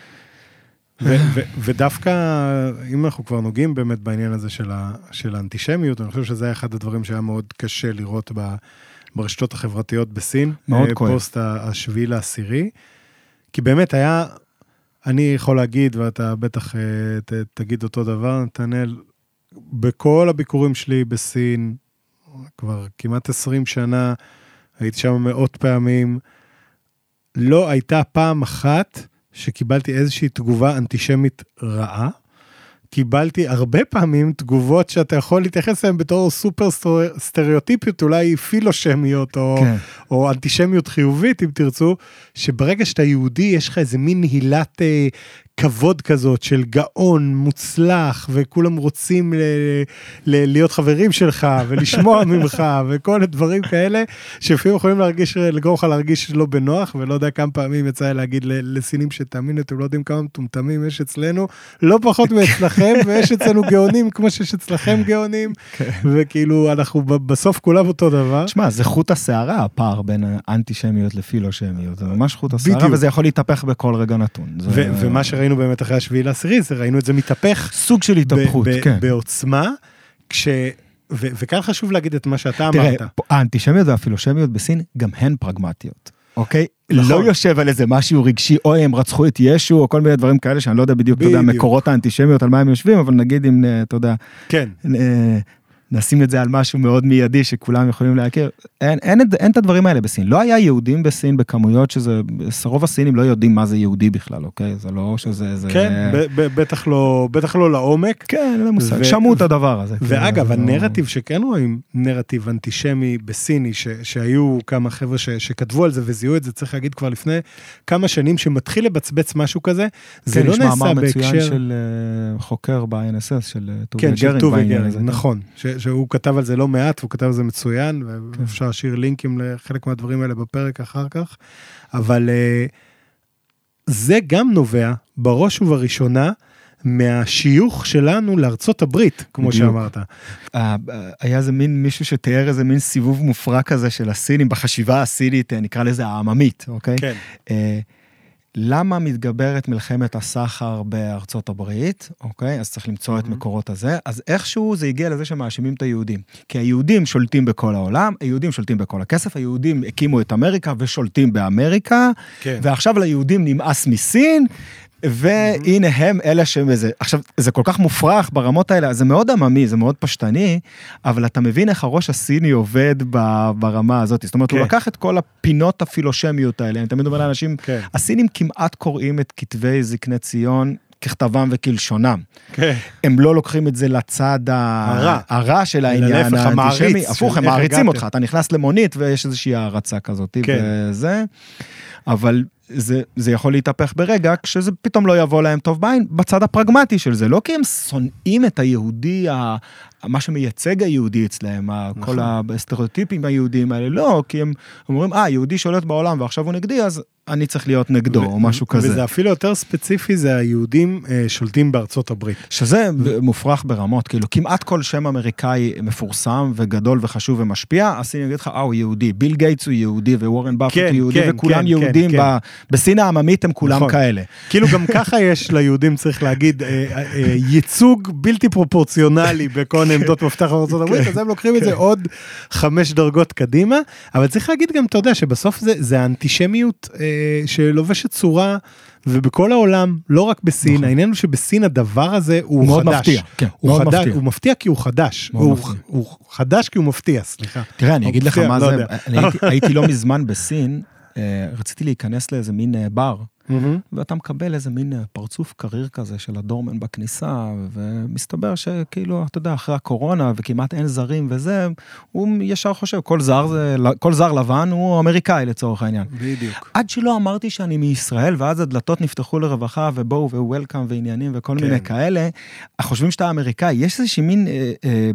ודווקא, אם אנחנו כבר נוגעים באמת בעניין הזה של האנטישמיות, אני חושב שזה היה אחד הדברים שהיה מאוד קשה לראות ב... ברשתות החברתיות בסין, פוסט השביעי לעשירי, כי באמת היה, אני יכול להגיד, ואתה בטח ת, תגיד אותו דבר, נתנאל, בכל הביקורים שלי בסין, כבר כמעט עשרים שנה, הייתי שם מאות פעמים, לא הייתה פעם אחת שקיבלתי איזושהי תגובה אנטישמית רעה, קיבלתי הרבה פעמים תגובות שאתה יכול להתייחס להן בתור סופר סטריאוטיפיות, אולי פילושמיות או, כן. או אנטישמיות חיובית, אם תרצו, שברגע שאתה יהודי יש לך איזה מין הילת אה, כבוד כזאת של גאון מוצלח, וכולם רוצים ל, ל, להיות חברים שלך ולשמוע ממך, וכל הדברים כאלה, שלפעמים יכולים להרגיש, לגרום לך להרגיש לא בנוח, ולא יודע כמה פעמים יצא להגיד לסינים שתאמינו, אתם לא יודעים כמה מטומטמים יש אצלנו, לא פחות מאצלכם, ויש אצלנו גאונים כמו שיש אצלכם גאונים, וכאילו אנחנו בסוף כולם אותו דבר. תשמע, זה חוט השערה, הפער בין אנטישמיות לפילושמיות, זה ממש חוט השערה, וזה יכול להתהפך בכל רגע נתון. ומה שראינו באמת אחרי השביעי לעשירי, ראינו את זה מתהפך. סוג של התהפכות, כן. בעוצמה, כש... וכאן חשוב להגיד את מה שאתה אמרת. תראה, האנטישמיות והפילושמיות בסין, גם הן פרגמטיות. אוקיי? לא יושב על איזה משהו רגשי, או הם רצחו את ישו, או כל מיני דברים כאלה, שאני לא יודע בדיוק, אתה יודע, מקורות האנטישמיות, על מה הם יושבים, אבל נגיד אם, אתה יודע, כן. נשים את זה על משהו מאוד מיידי, שכולם יכולים להכיר. אין, אין, אין את הדברים האלה בסין. לא היה יהודים בסין בכמויות שזה, רוב הסינים לא יודעים מה זה יהודי בכלל, אוקיי? זה לא שזה... זה... כן, ב- ב- בטח לא, בטח לא לעומק. כן, זה מושג. שמעו את הדבר הזה. ואגב, הנרטיב שכן רואים, נרטיב אנטישמי בסיני, ש- שהיו כמה חבר'ה ש- שכתבו על זה וזיהו את זה, צריך להגיד כבר לפני כמה שנים, שמתחיל לבצבץ משהו כזה, זה לא נעשה בהקשר... כן, יש מאמר מצוין של חוקר ב-איי אן אס אס, של טובי גרינג. כן, של טובי גרינג, נכון. שהוא כתב על זה לא מעט, והוא כתב על זה מצוין, ואפשר להשאיר לינקים לחלק מהדברים האלה בפרק אחר כך, אבל זה גם נובע, בראש ובראשונה, מהשיוך שלנו לארצות הברית, כמו שאמרת. היה איזה מין מישהו שתיאר איזה מין סיבוב מופרע כזה של הסינים, בחשיבה הסינית, נקרא לזה העממית, אוקיי? כן. למה מתגברת מלחמת הסחר בארצות הברית, אוקיי? אז צריך למצוא את מקורות הזה, אז איכשהו זה הגיע לזה שמאשימים את היהודים. כי היהודים שולטים בכל העולם, היהודים שולטים בכל הכסף, היהודים הקימו את אמריקה ושולטים באמריקה, כן. ועכשיו ליהודים נמאס מסין, והנה הם אלה שמזה. עכשיו, זה כל כך מופרך ברמות האלה, זה מאוד עממי, זה מאוד פשטני, אבל אתה מבין איך הראש הסיני עובד ברמה הזאת. זאת אומרת, הוא לקח את כל הפינות הפילושמיות האלה, אני תמיד אומר לאנשים, הסינים כמעט קוראים את כתבי זקני ציון, ככתבם וכלשונם. הם לא לוקחים את זה לצד הרע של העניין האנטישמי, הפוך, הם מעריצים אותך, אתה נכנס למונית ויש איזושהי הערצה כזאת, וזה, אבל זה, זה יכול להתהפך ברגע, כשזה פתאום לא יבוא להם טוב בעין, בצד הפרגמטי של זה, לא כי הם שונאים את היהודי, מה שמייצג היהודי אצלהם, כל הסטריאוטיפים היהודיים האלה, לא, כי הם אומרים, אה, יהודי שולט בעולם, ועכשיו הוא נגדי, אז אני צריך להיות נגדו, או משהו כזה. וזה אפילו יותר ספציפי, זה היהודים שולטים בארצות הברית. שזה מופרך ברמות, כאילו, כמעט כל שם אמריקאי מפורסם, וגדול וחשוב ומשפיע, אז אני אגיד לך, אה, הוא יהודי, ביל גייטס הוא יהודי, ווורן באפט הוא יהודי, וכולם יהודים, בסין העממית הם כולם כאלה. כאילו גם ככה יש ליהודים, צריך להגיד, ייצוג בלתי פרופורציונלי בכל עמדות מפתח בארצות הברית, אז הם לוקחים את זה עוד חמש דרגות קדימה, אבל צריך להגיד גם, אתה יודע, שבסוף זה, זה האנטישמיות שלובשת צורה, ובכל העולם, לא רק בסין, העניין הוא שבסין הדבר הזה הוא מאוד חדש. מפתיע, כן, הוא מאוד חדש, מפתיע. הוא מפתיע כי הוא חדש. הוא, הוא חדש כי הוא מפתיע, סליחה. תראה, אני אגיד לך מה זה, אני הייתי, הייתי לא מזמן בסין, רציתי להיכנס לאיזה מין בר, ואתה מקבל איזה מין פרצוף קריר כזה של הדורמן בכניסה, ומסתבר שכאילו, אתה יודע, אחרי הקורונה, וכמעט אין זרים וזה, הוא ישר חושב, כל זר, זה, כל זר לבן הוא אמריקאי לצורך העניין. בדיוק. עד שלא אמרתי שאני מישראל, ואז הדלתות נפתחו לרווחה, ובואו ווולקאם ועניינים וכל כן. מיני כאלה, חושבים שאתה אמריקאי. יש איזושהי מין אה, אה,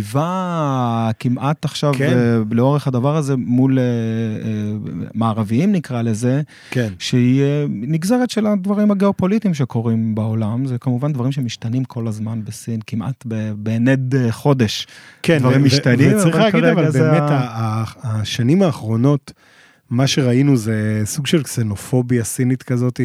איבה כמעט עכשיו, כן. אה, לאורך הדבר הזה, מול אה, אה, מערביים נקרא לזה, כן. שהיא נגזרת של הדברים הגיאופוליטיים שקורים בעולם, זה כמובן דברים שמשתנים כל הזמן בסין, כמעט בענד חודש. כן, דברים ו- משתנים. ו- וצריך להגיד, אבל באמת ה- השנים האחרונות, מה שראינו זה סוג של קסנופוביה סינית כזאת,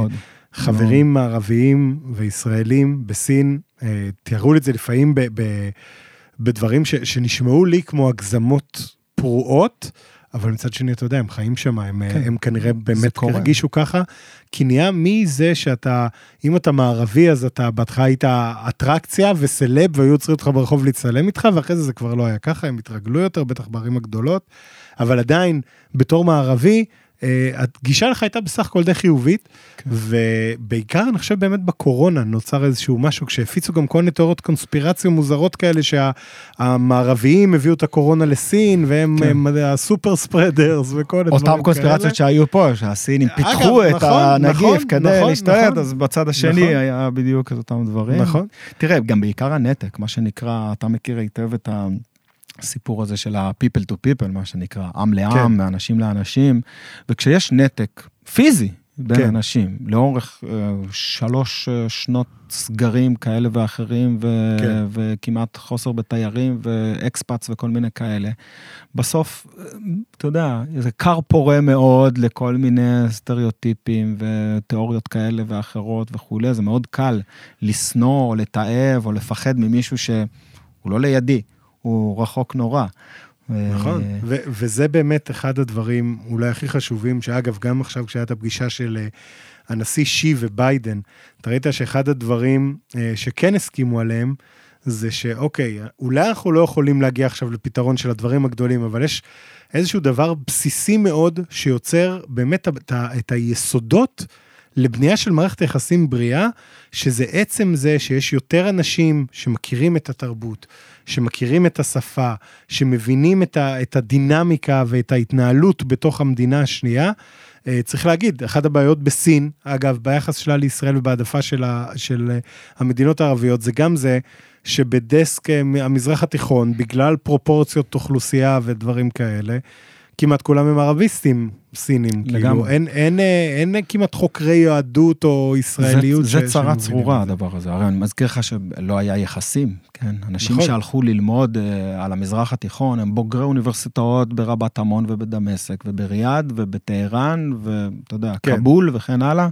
שחברים מערביים וישראלים בסין, תיארו את זה לפעמים ב- ב- בדברים ש- שנשמעו לי כמו הגזמות פרועות, אבל מצד שני, אתה יודע, הם חיים שם, הם, כן. הם כנראה באמת הרגישו ככה, כי נהיה מזה שאתה, אם אתה מערבי, אז אתה בהתחלה היית אטרקציה וסלב, והיו צריכים אותך ברחוב להצטלם איתך, ואחרי זה זה כבר לא היה ככה, הם התרגלו יותר, בטח בערים הגדולות, אבל עדיין, בתור מערבי, הגישה לך הייתה בסך הכל די חיובית, כן. ובעיקר אני חושב באמת בקורונה נוצר איזשהו משהו, כשהפיצו גם כל מיני תיאוריות קונספירציה מוזרות כאלה, שהמערביים הביאו את הקורונה לסין, והם כן. הסופר ספרדרס וכל הדברים כאלה. אותם קונספירציות שהיו פה, שהסינים פיתחו אגב, את נכון, הנגיף נכון, כדי נכון, להשתלט, נכון, אז בצד השני נכון. היה בדיוק את אותם דברים. נכון. תראה, גם בעיקר הנתק, מה שנקרא, אתה מכיר היטב את ה... הסיפור הזה של ה-people to people, מה שנקרא, עם לעם, כן. מאנשים לאנשים, וכשיש נתק פיזי בין כן. אנשים, לאורך uh, שלוש uh, שנות סגרים כאלה ואחרים, ו- כן. וכמעט חוסר בתיירים, ואקספאץ וכל מיני כאלה, בסוף, אתה יודע, זה קר פורה מאוד לכל מיני סטריאוטיפים, ותיאוריות כאלה ואחרות וכו', זה מאוד קל לסנוע, או לתאב, או לפחד ממישהו שהוא לא לידי, הוא רחוק נורא. נכון, ו- וזה באמת אחד הדברים אולי הכי חשובים, שאגב, גם עכשיו כשהייתה הפגישה של הנשיא שי וביידן, אתה ראית שאחד הדברים שכן הסכימו עליהם, זה שאוקיי, אולי אנחנו לא יכולים להגיע עכשיו לפתרון של הדברים הגדולים, אבל יש איזשהו דבר בסיסי מאוד, שיוצר באמת את, את היסודות, לבנייה של מערכת יחסים בריאה, שזה עצם זה שיש יותר אנשים שמכירים את התרבות, שמכירים את השפה, שמבינים את, ה, את הדינמיקה ואת ההתנהלות בתוך המדינה השנייה. צריך להגיד, אחת הבעיות בסין, אגב, ביחס שלה לישראל ובעדפה של, ה, של המדינות הערביות, זה גם זה שבדסק המזרח התיכון, בגלל פרופורציות אוכלוסייה ודברים כאלה, כמעט כולם הם ערביסטים סינים, כאילו, אין, אין, אין, אין כמעט חוקרי יהדות או ישראליות. זה, זה צרה צרורה הדבר הזה, הרי אני מזכיר לך שלא היה יחסים, כן? אנשים נכון. שהלכו ללמוד uh, על המזרח התיכון, הם בוגרי אוניברסיטאות ברבת עמון ובדמשק, ובריאד ובטהרן, ואתה יודע, כן. קבול וכן הלאה,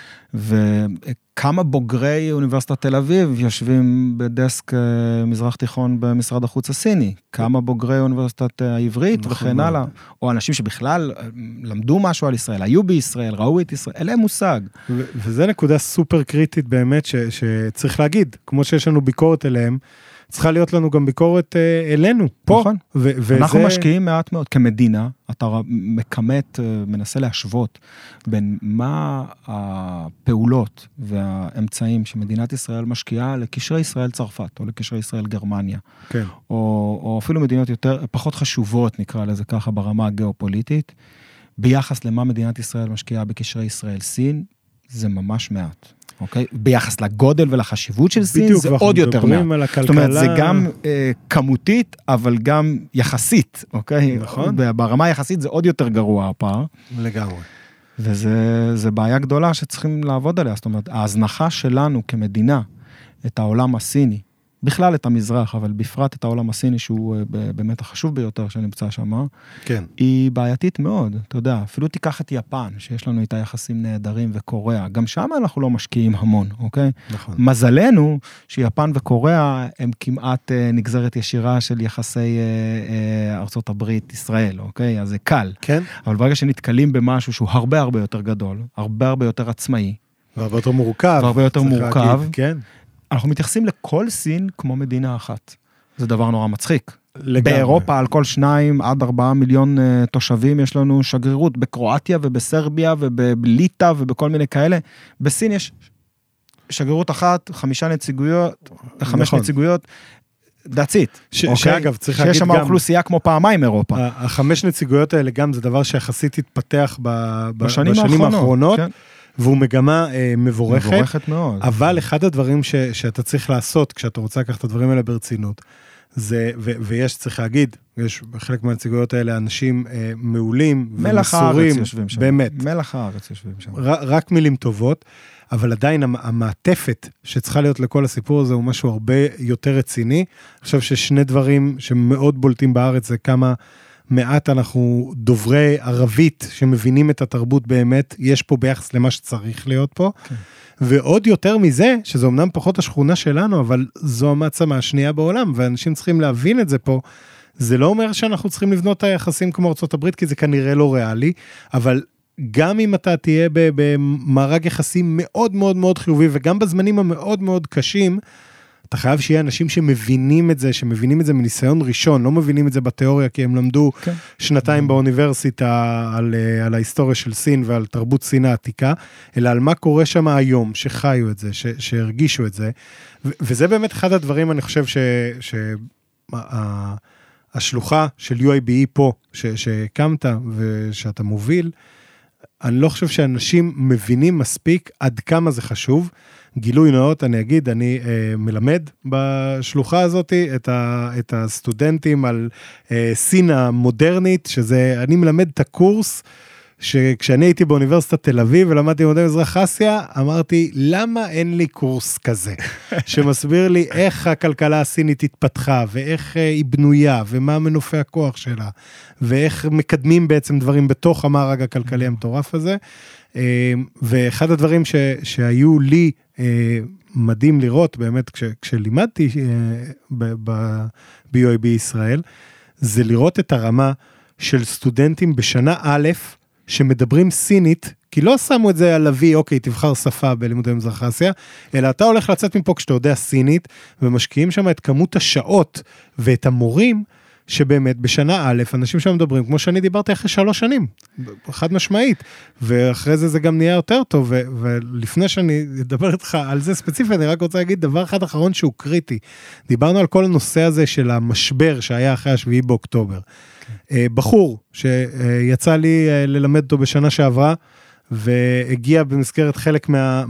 וכמה בוגרי אוניברסיטת תל אביב יושבים בדסק מזרח תיכון במשרד החוץ הסיני, כמה בוגרי אוניברסיטת העברית וכן הלאה, או אנשים שבכלל למדו משהו על ישראל, היו בישראל, ראו את ישראל, אין להם מושג. וזה נקודה סופר קריטית באמת שצריך להגיד, כמו שיש לנו ביקורת אליהם, צריכה להיות לנו גם ביקורת אלינו, פה. נכון. אנחנו משקיעים מעט מאוד כמדינה, אתה מקמת, מנסה להשוות בין מה הפעולות והאמצעים שמדינת ישראל משקיעה לקשרי ישראל צרפת, או לקשרי ישראל גרמניה. כן. או, או אפילו מדינות יותר, פחות חשובות, נקרא לזה ככה, ברמה הגיאופוליטית, ביחס למה מדינת ישראל משקיעה בקשרי ישראל סין, זה ממש מעט. אוקיי? ביחס לגודל ולחשיבות של סין, זה עוד יותר מעט. זאת אומרת, זה גם אה, כמותית, אבל גם יחסית, אוקיי? נכון. ברמה היחסית זה עוד יותר גרוע הפער. לגמרי. וזה זה בעיה גדולה שצריכים לעבוד עליה. זאת אומרת, ההזנחה שלנו כמדינה, את העולם הסיני, בכלל את המזרח, אבל בפרט את העולם הסיני, שהוא באמת החשוב ביותר שנמצא שם, כן. היא בעייתית מאוד, אתה יודע, אפילו תיקח את יפן, שיש לנו איתה יחסים נהדרים וקוריאה, גם שם אנחנו לא משקיעים המון, אוקיי? נכון. מזלנו, שיפן וקוריאה, הם כמעט נגזרת ישירה של יחסי ארצות הברית, ישראל, אוקיי? אז זה קל. כן. אבל ברגע שנתקלים במשהו שהוא הרבה הרבה יותר גדול, הרבה הרבה יותר עצמאי, והרבה יותר מורכב. והרבה יותר מורכב, להגיד, כן. אנחנו מתייחסים לכל סין כמו מדינה אחת. זה דבר נורא מצחיק. לגמרי. באירופה על כל שניים עד ארבעה מיליון uh, תושבים יש לנו שגרירות, בקרואטיה ובסרביה ובליטא ובכל מיני כאלה. בסין יש שגרירות אחת, חמישה נציגויות, חמש נכון. נציגויות, that's it. ש- okay? שאגב, צריך להגיד גם... שיש שם אוכלוסייה כמו פעמיים אירופה. החמש נציגויות האלה גם זה דבר שיחסית התפתח ב- בשנים, בשנים האחרונות. האחרונות. כן. והוא מגמה אה, מבורכת, מבורכת מאוד. אבל אחד הדברים ש, שאתה צריך לעשות, כשאתה רוצה לקחת את הדברים האלה ברצינות, זה, ו, ויש, צריך להגיד, יש בחלק מהנציגויות האלה אנשים אה, מעולים ומסורים. מלח הארץ יושבים שם. באמת. מלח הארץ יושבים שם. ר, רק מילים טובות, אבל עדיין המעטפת שצריכה להיות לכל הסיפור הזה, הוא משהו הרבה יותר רציני. אני חושב ששני דברים שמאוד בולטים בארץ, זה כמה... מעט אנחנו דוברי ערבית שמבינים את התרבות באמת, יש פה ביחס למה שצריך להיות פה, okay. ועוד יותר מזה, שזה אמנם פחות השכונה שלנו, אבל זו המעצמה השנייה בעולם, ואנשים צריכים להבין את זה פה, זה לא אומר שאנחנו צריכים לבנות את היחסים כמו ארצות הברית, כי זה כנראה לא ריאלי, אבל גם אם אתה תהיה במארג יחסים מאוד מאוד מאוד חיובי, וגם בזמנים המאוד מאוד קשים, אתה חייב שיהיה אנשים שמבינים את זה, שמבינים את זה מניסיון ראשון, לא מבינים את זה בתיאוריה, כי הם למדו okay. שנתיים באוניברסיטה על, על ההיסטוריה של סין ועל תרבות סין העתיקה, אלא על מה קורה שם היום, שחיו את זה, ש, שהרגישו את זה, ו, וזה באמת אחד הדברים, אני חושב, ש, ש, ה, השלוחה של יו איי בי אי פה, ש, שהקמת ושאתה מוביל, אני לא חושב שאנשים מבינים מספיק עד כמה זה חשוב. גילוי נאות, אני אגיד, אני אה, מלמד בשלוחה הזאת את, ה, את הסטודנטים על אה, סין המודרנית, שזה, אני מלמד את הקורס, שכשאני הייתי באוניברסיטת תל אביב ולמדתי במדעי מזרח אסיה, אמרתי, למה אין לי קורס כזה? שמסביר לי איך הכלכלה הסינית התפתחה, ואיך היא בנויה, ומה מנופי הכוח שלה, ואיך מקדמים בעצם דברים בתוך המארג הכלכלי המטורף הזה. ואחד הדברים ש, שהיו לי מדהים לראות, באמת, כש, כשלימדתי ב-יו איי בי ישראל, זה לראות את הרמה של סטודנטים בשנה א', שמדברים סינית כי לא שמו את זה על לוי, אוקיי, תבחר שפה בלימודי מזרח אסיה, אלא אתה הולך לצאת מפה כשאתה יודע סינית, ומשקיעים שם את כמות השעות ואת המורים, שבאמת בשנה א', אנשים שם מדברים, כמו שאני דיברתי אחרי שלוש שנים, חד משמעית, ואחרי זה זה גם נהיה יותר טוב, ו- ולפני שאני אדבר איתך על זה ספציפי, אני רק רוצה להגיד דבר אחד אחרון שהוא קריטי. דיברנו על כל הנושא הזה של המשבר שהיה אחרי השביעי באוקטובר. Okay. בחור שיצא לי ללמד אותו בשנה שעברה, והגיע במסגרת חלק מה,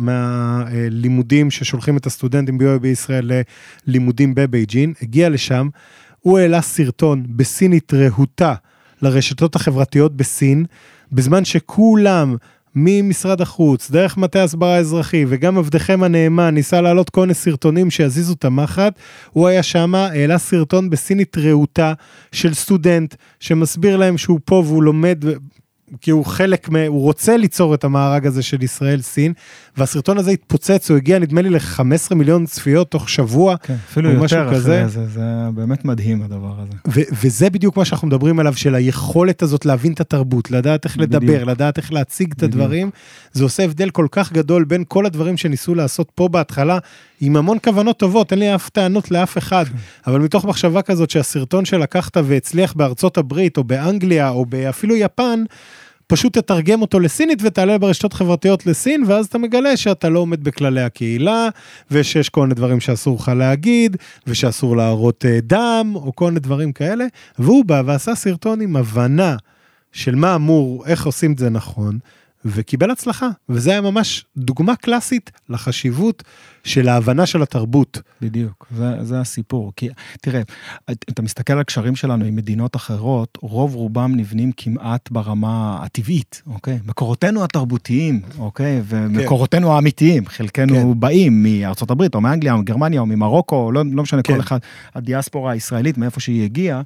מהלימודים ששולחים את הסטודנטים ב-יו איי בישראל ללימודים בבייג'ין, הגיע לשם, הוא העלה סרטון בסינית רהוטה לרשתות החברתיות בסין, בזמן שכולם ממשרד החוץ, דרך מטה הסברה האזרחי, וגם עבדכם הנאמן, ניסה לעלות כל מיני סרטונים שיזיזו את המחט, הוא היה שם, העלה סרטון בסינית רהוטה של סטודנט, שמסביר להם שהוא פה והוא לומד, כי הוא חלק, הוא רוצה ליצור את המארג הזה של ישראל סין, והסרטון הזה התפוצץ, הוא הגיע נדמה לי ל-חמישה עשר מיליון צפיות תוך שבוע, כן, אפילו יותר אחרי זה, זה באמת מדהים הדבר הזה. ו- וזה בדיוק מה שאנחנו מדברים עליו, של היכולת הזאת להבין את התרבות, לדעת איך בדיוק. לדבר, לדעת איך להציג את הדברים, זה עושה הבדל כל כך גדול בין כל הדברים שניסו לעשות פה בהתחלה, עם המון כוונות טובות, אין לי אף טענות לאף אחד, אבל מתוך מחשבה כזאת שהסרטון שלקחת והצליח בארצות הברית, או באנגליה, או אפילו יפן, פשוט תתרגם אותו לסינית ותעלה ברשתות חברתיות לסין, ואז אתה מגלה שאתה לא עומד בכללי הקהילה, ושיש כל מיני דברים שאסור לך להגיד, ושאסור להראות דם, או כל מיני דברים כאלה, והוא בא ועשה סרטון עם הבנה של מה אמור, איך עושים את זה נכון, וקיבל הצלחה, וזה היה ממש דוגמה קלאסית לחשיבות של ההבנה של התרבות. בדיוק, זה, זה הסיפור. כי, תראה, אתה מסתכל על הקשרים שלנו עם מדינות אחרות, רוב רובם נבנים כמעט ברמה הטבעית, אוקיי? מקורותינו התרבותיים, אוקיי? ומקורותינו כן. האמיתיים, חלקנו כן. באים מארצות הברית, או מאנגליה, או מגרמניה, או ממרוקו, לא, לא משנה כן. כל אחד, הדיאספורה הישראלית, מאיפה שהיא הגיעה,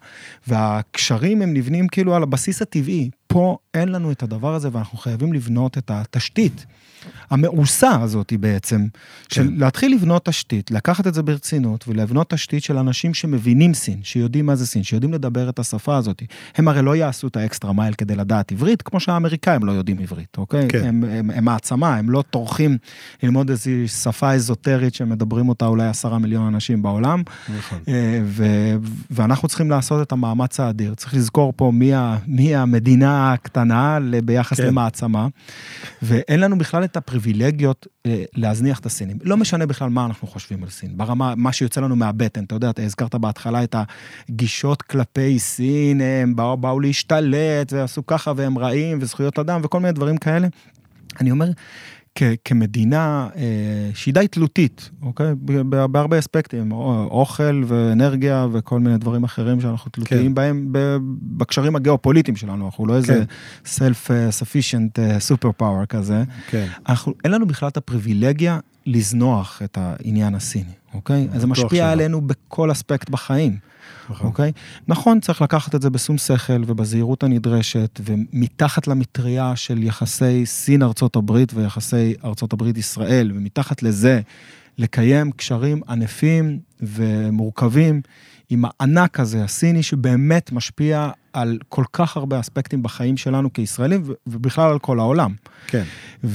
והקשרים הם נבנים כאילו על הבסיס הטבעי. פה אין לנו את הדבר הזה, ואנחנו חייבים לבנות את התשתית, המאוסה הזאת בעצם, של להתחיל לבנות תשתית, לקחת את זה ברצינות, ולבנות תשתית של אנשים שמבינים סין, שיודעים מה זה סין, שיודעים לדבר את השפה הזאת. הם הרי לא יעשו את האקסטרה מייל כדי לדעת עברית, כמו שהאמריקאים לא יודעים עברית, אוקיי? כן. הם, הם, הם העצמה, הם לא טורחים ללמוד איזו שפה אזוטרית, שמדברים אותה אולי עשרה מיליון אנשים בעולם, נכון. ו, ואנחנו צריכים לעשות את המאמץ האדיר, צריך לזכור פה מי, מי המדינה הקטנה ביחס כן. למעצמה, ואין לנו בכלל את הפריבילגיות להזניח את הסינים. לא משנה בכלל מה אנחנו חושבים על סין. ברמה, מה שיוצא לנו מהבטן, אתה יודע, אתה הזכרת בהתחלה את הגישות כלפי סין, הם באו, באו להשתלט, ועשו ככה, והם רעים, וזכויות אדם, וכל מיני דברים כאלה. אני אומר, כ- כמדינה אה, שהיא די תלותית, אוקיי? בהרבה אספקטים, אוכל ואנרגיה וכל מיני דברים אחרים שאנחנו תלותיים כן. בהם, בקשרים הגיאופוליטיים שלנו, אנחנו לא איזה כן. self-sufficient super power כזה. כן. אנחנו, אין לנו בכלל את הפריבילגיה לזנוח את העניין הסיני, אוקיי? אז זה משפיע עלינו בכל אספקט בחיים. אוקיי? נכון, צריך לקחת את זה בשום שכל ובזהירות הנדרשת, ומתחת למטריה של יחסי סין ארצות הברית ויחסי ארצות הברית ישראל, ומתחת לזה לקיים קשרים ענפים ומורכבים עם הענק הזה, הסיני, שבאמת משפיע על כל כך הרבה אספקטים בחיים שלנו כישראלים, ובכלל על כל העולם. כן.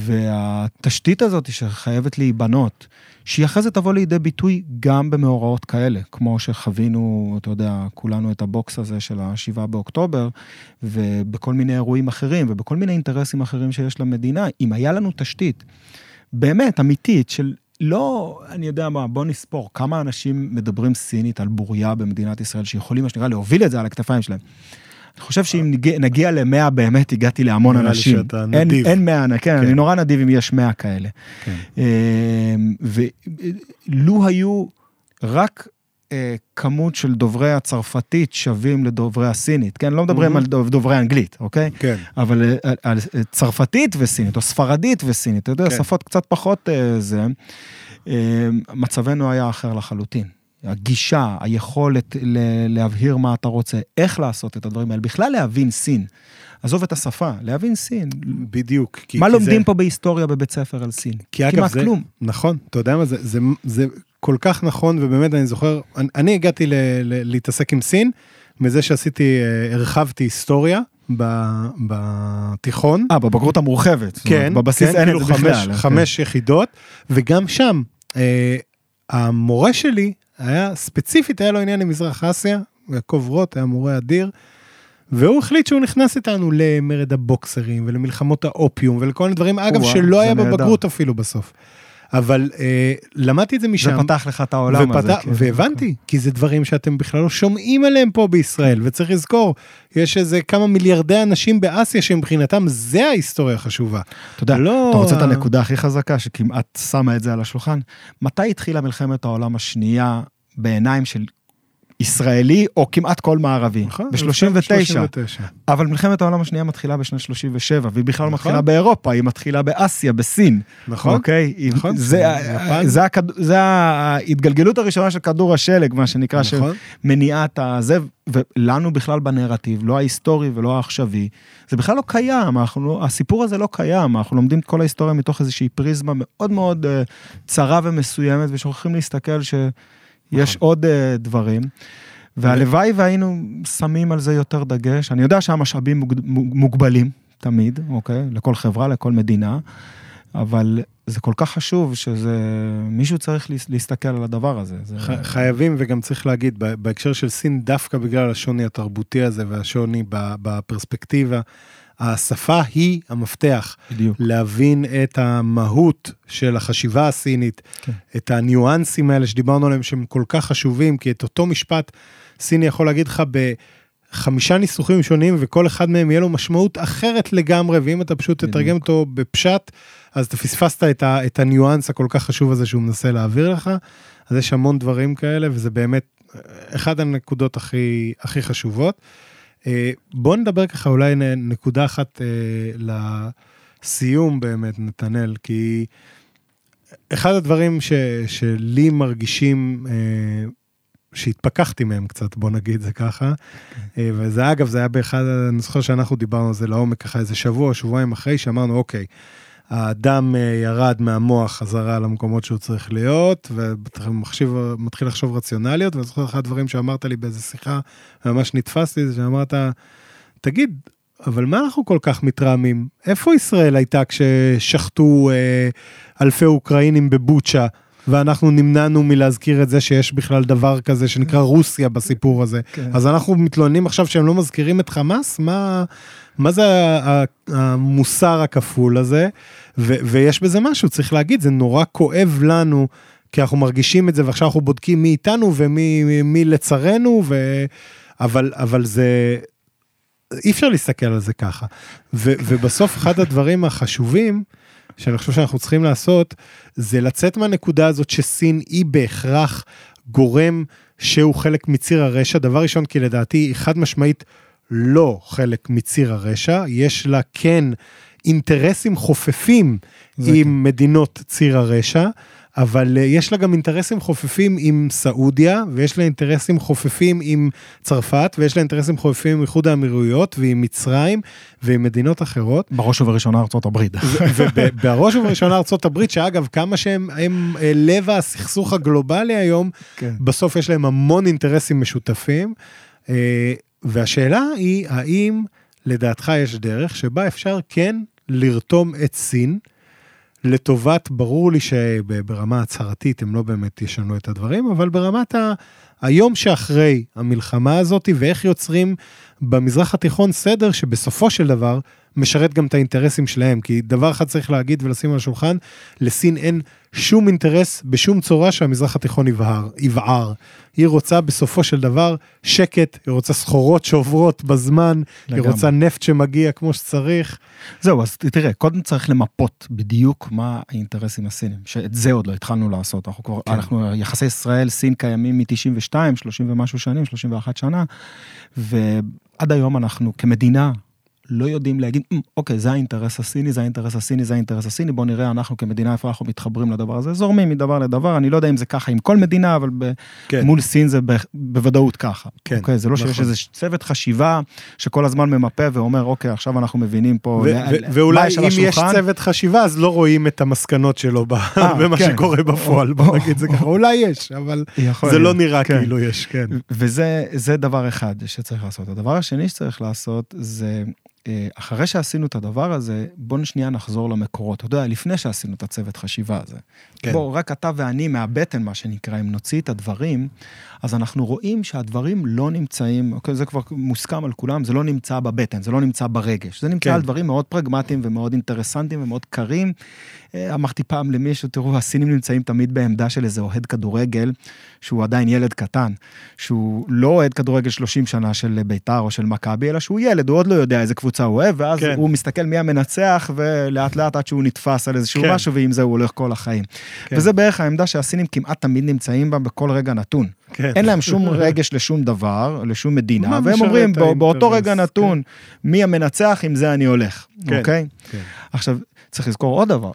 והתשתית הזאת שחייבת להיבנות, שהיא אחרי זה תבוא לידי ביטוי גם במאורעות כאלה, כמו שחווינו, אתה יודע, כולנו את הבוקס הזה של השבעה באוקטובר, ובכל מיני אירועים אחרים, ובכל מיני אינטרסים אחרים שיש למדינה, אם היה לנו תשתית, באמת, אמיתית, של לא, אני יודע מה, בוא נספור, כמה אנשים מדברים סינית על בוריה במדינת ישראל, שיכולים, מה שנראה, להוביל את זה על הכתפיים שלהם. אני חושב שאם נגיע למאה, באמת הגעתי להמון אנשים. אין, אין מאה, כן, אני נורא נדיב אם יש מאה כאלה. ולו היו רק כמות של דוברי הצרפתית שווים לדוברי הסינית, כן? לא מדברים על דוברי האנגלית, אוקיי? כן. אבל על צרפתית וסינית, או ספרדית וסינית, אתה יודע, שפות קצת פחות זה, מצבנו היה אחר לחלוטין. הגישה, היכולת להבהיר מה אתה רוצה, איך לעשות את הדברים האלה, בכלל להבין סין, עזוב את השפה, להבין סין. בדיוק. מה לומדים פה בהיסטוריה בבית ספר על סין? כמעט כלום. נכון, אתה יודע מה, זה כל כך נכון, ובאמת אני זוכר, אני הגעתי להתעסק עם סין, מזה שעשיתי, הרחבתי היסטוריה, בתיכון. אה, בבגרות המורחבת. כן. בבסיס אין את זה בכלל. חמש יחידות, וגם שם, המורה שלי היה ספציפית, היה לו עניין עם מזרח אסיה, יעקב רוט היה מורה אדיר, והוא החליט שהוא נכנס איתנו למרד הבוקסרים, ולמלחמות האופיום, ולכל מיני דברים, אגב, שלא היה בבגרות אפילו בסוף. אבל אה, למדתי את זה משם. זה פתח לך את העולם ופתח, הזה. והבנתי, כי זה דברים שאתם בכלל לא שומעים עליהם פה בישראל, וצריך לזכור, יש איזה כמה מיליארדי אנשים באסיה, שמבחינתם זה ההיסטוריה החשובה. אתה יודע, לא... אתה רוצה את הנקודה הכי חזקה, שכמעט שמה את זה על השולחן, מתי התחילה מלחמת העולם השנייה, בעיניים של ישראלי, או כמעט כל מערבי, ב-שלושים ותשע. אבל מלחמת העולם השנייה מתחילה בשנת שלושים ושבע, והיא בכלל מתחילה באירופה, היא מתחילה באסיה, בסין. נכון. אוקיי? זה ההתגלגלות הראשונה של כדור השלג, מה שנקרא, שמניעת הזה, ולנו בכלל בנרטיב, לא ההיסטורי ולא העכשווי, זה בכלל לא קיים, הסיפור הזה לא קיים, אנחנו לומדים את כל ההיסטוריה מתוך איזושהי פריזמה מאוד מאוד צרה ומסוימת, ושוכחים להסתכל ש... יש עוד דברים, והלוואי והיינו שמים על זה יותר דגש. אני יודע שהמשאבים מוגבלים תמיד, אוקיי? לכל חברה, לכל מדינה, אבל זה כל כך חשוב שזה, מישהו צריך להסתכל על הדבר הזה. חייבים, וגם צריך להגיד, בהקשר של סין, דווקא בגלל השוני התרבותי הזה, והשוני בפרספקטיבה, השפה היא המפתח, בדיוק. להבין את המהות של החשיבה הסינית, כן. את הניואנסים האלה שדיברנו עליהם שהם כל כך חשובים, כי את אותו משפט סיני יכול להגיד לך בחמישה ניסוחים שונים, וכל אחד מהם יהיה לו משמעות אחרת לגמרי, ואם אתה פשוט בדיוק. תתרגם אותו בפשט, אז אתה פספסת את, ה, את הניואנס הכל כך חשוב הזה שהוא מנסה להעביר לך, אז יש המון דברים כאלה, וזה באמת אחד הנקודות הכי, הכי חשובות. בוא נדבר ככה אולי נקודה אחת לסיום באמת, נתנאל, כי אחד הדברים ש, שלי מרגישים שהתפקחתי מהם קצת, בוא נגיד זה ככה, וזה אגב, זה היה באחד, אני זוכר שאנחנו דיברנו על זה לעומק ככה איזה שבוע, שבועיים אחרי, שאמרנו אוקיי, האדם ירד מהמוח חזרה למקומות שהוא צריך להיות, ומתחיל לחשוב רציונליות, ואני זוכר אחד הדברים שאמרת לי באיזו שיחה, ממש נתפסתי, זה שאמרת, תגיד, אבל מה אנחנו כל כך מתרעמים? איפה ישראל הייתה כששחטו אה, אלפי אוקראינים בבוצ'ה, ואנחנו נמנענו מלהזכיר את זה שיש בכלל דבר כזה שנקרא רוסיה בסיפור הזה. כן. אז אנחנו מתלוננים עכשיו שהם לא מזכירים את חמאס? מה, מה זה המוסר הכפול הזה? ו, ויש בזה משהו, צריך להגיד, זה נורא כואב לנו, כי אנחנו מרגישים את זה, ועכשיו אנחנו בודקים מי איתנו ומי מי לצרנו, ו, אבל, אבל זה, אי אפשר להסתכל על זה ככה. ו, ובסוף אחד הדברים החשובים, שאני חושב שאנחנו צריכים לעשות, זה לצאת מהנקודה הזאת שסין היא בהכרח גורם שהוא חלק מציר הרשע, דבר ראשון כי לדעתי היא חד משמעית לא חלק מציר הרשע, יש לה כן אינטרסים חופפים עם כן. מדינות ציר הרשע, אבל יש לה גם אינטרסים חופפים עם סעודיה, ויש לה אינטרסים חופפים עם צרפת, ויש לה אינטרסים חופפים עם איחוד האמירויות, ועם מצרים, ועם מדינות אחרות. בראש ובראשונה ארצות הברית. ובראש ובראשונה ארצות הברית, שאגב, כמה שהם הם לב הסכסוך הגלובלי היום, כן. בסוף יש להם המון אינטרסים משותפים, והשאלה היא, האם לדעתך יש דרך, שבה אפשר כן לרתום את סין, לטובת, ברור לי שברמה הצהרתית הם לא באמת ישנו את הדברים, אבל ברמת ה... היום שאחרי המלחמה הזאת, ואיך יוצרים במזרח התיכון סדר שבסופו של דבר משרת גם את האינטרסים שלהם, כי דבר אחד צריך להגיד ולשים על השולחן, לסין אין שום אינטרס בשום צורה שהמזרח התיכון יבער, יבער. היא רוצה בסופו של דבר שקט, היא רוצה סחורות שעוברות בזמן, לגמרי. היא רוצה נפט שמגיע כמו שצריך. זהו, אז תראה, קודם צריך למפות בדיוק מה האינטרסים הסינים, שאת זה עוד לא התחלנו לעשות, אנחנו כבר, כן. אנחנו, יחסי ישראל, סין קיימים מ-תשעים ושתיים, שלושים ומשהו שנים, שלושים ואחת שנה, ועד היום אנחנו כמדינה, לא יודעים להגיד, אוקיי, זה האינטרס הסיני, זה האינטרס הסיני, זה האינטרס הסיני, בוא נראה, אנחנו כמדינה, איפה אנחנו מתחברים לדבר הזה, זורמים מדבר לדבר, אני לא יודע אם זה ככה עם כל מדינה, אבל כן. מול סין זה ב, בוודאות ככה. כן. אוקיי, זה לא נכון. שיש איזה צוות חשיבה, שכל הזמן ממפה ואומר, אוקיי, עכשיו אנחנו מבינים פה, ו- ו- ואולי אם יש צוות חשיבה, אז לא רואים את המסקנות שלו במה כן. שקורה בפועל, בוא נגיד זה ככה, אולי יש, אבל זה לא נראה כאילו יש, כן. וזה זה דבר אחד שצריך לעשות. הדבר השני שצריך לעשות זה, אחרי שעשינו את הדבר הזה, בוא שנייה נחזור למקורות. אתה יודע, לפני שעשינו את הצוות חשיבה הזה. כן. בוא, רק אתה ואני מהבטן, מה שנקרא, אם נוציא את הדברים, אז אנחנו רואים שהדברים לא נמצאים, אוקיי, זה כבר מוסכם על כולם, זה לא נמצא בבטן, זה לא נמצא ברגש. זה נמצא כן. על דברים מאוד פרגמטיים ומאוד אינטרסנטיים ומאוד קרים. אמרתי פעם למישהו, תראו, הסינים נמצאים תמיד בעמדה של איזה אוהד כדורגל, שהוא עדיין ילד קטן, שהוא לא אוהד כדורגל שלושים שנה של ביתר או של מכבי, אלא שהוא ילד, הוא עוד לא יודע איזה קבוצה הוא אוהב, ואז כן. הוא מסתכל מי המנצח, ולאט לאט עד שהוא נתפס על איזשהו כן. משהו, ועם זה הוא הולך כל החיים. כן. וזה בערך העמדה שהסינים כמעט תמיד נמצאים בה בכל רגע נתון. כן. אין להם שום רגש לשום דבר, לשום מדינה, והם אומרים, בא, באותו רגע נתון, כן. מי המנצח, עם זה אני הולך. כן. אוקיי? כן. עכשיו, צריך לזכור עוד דבר.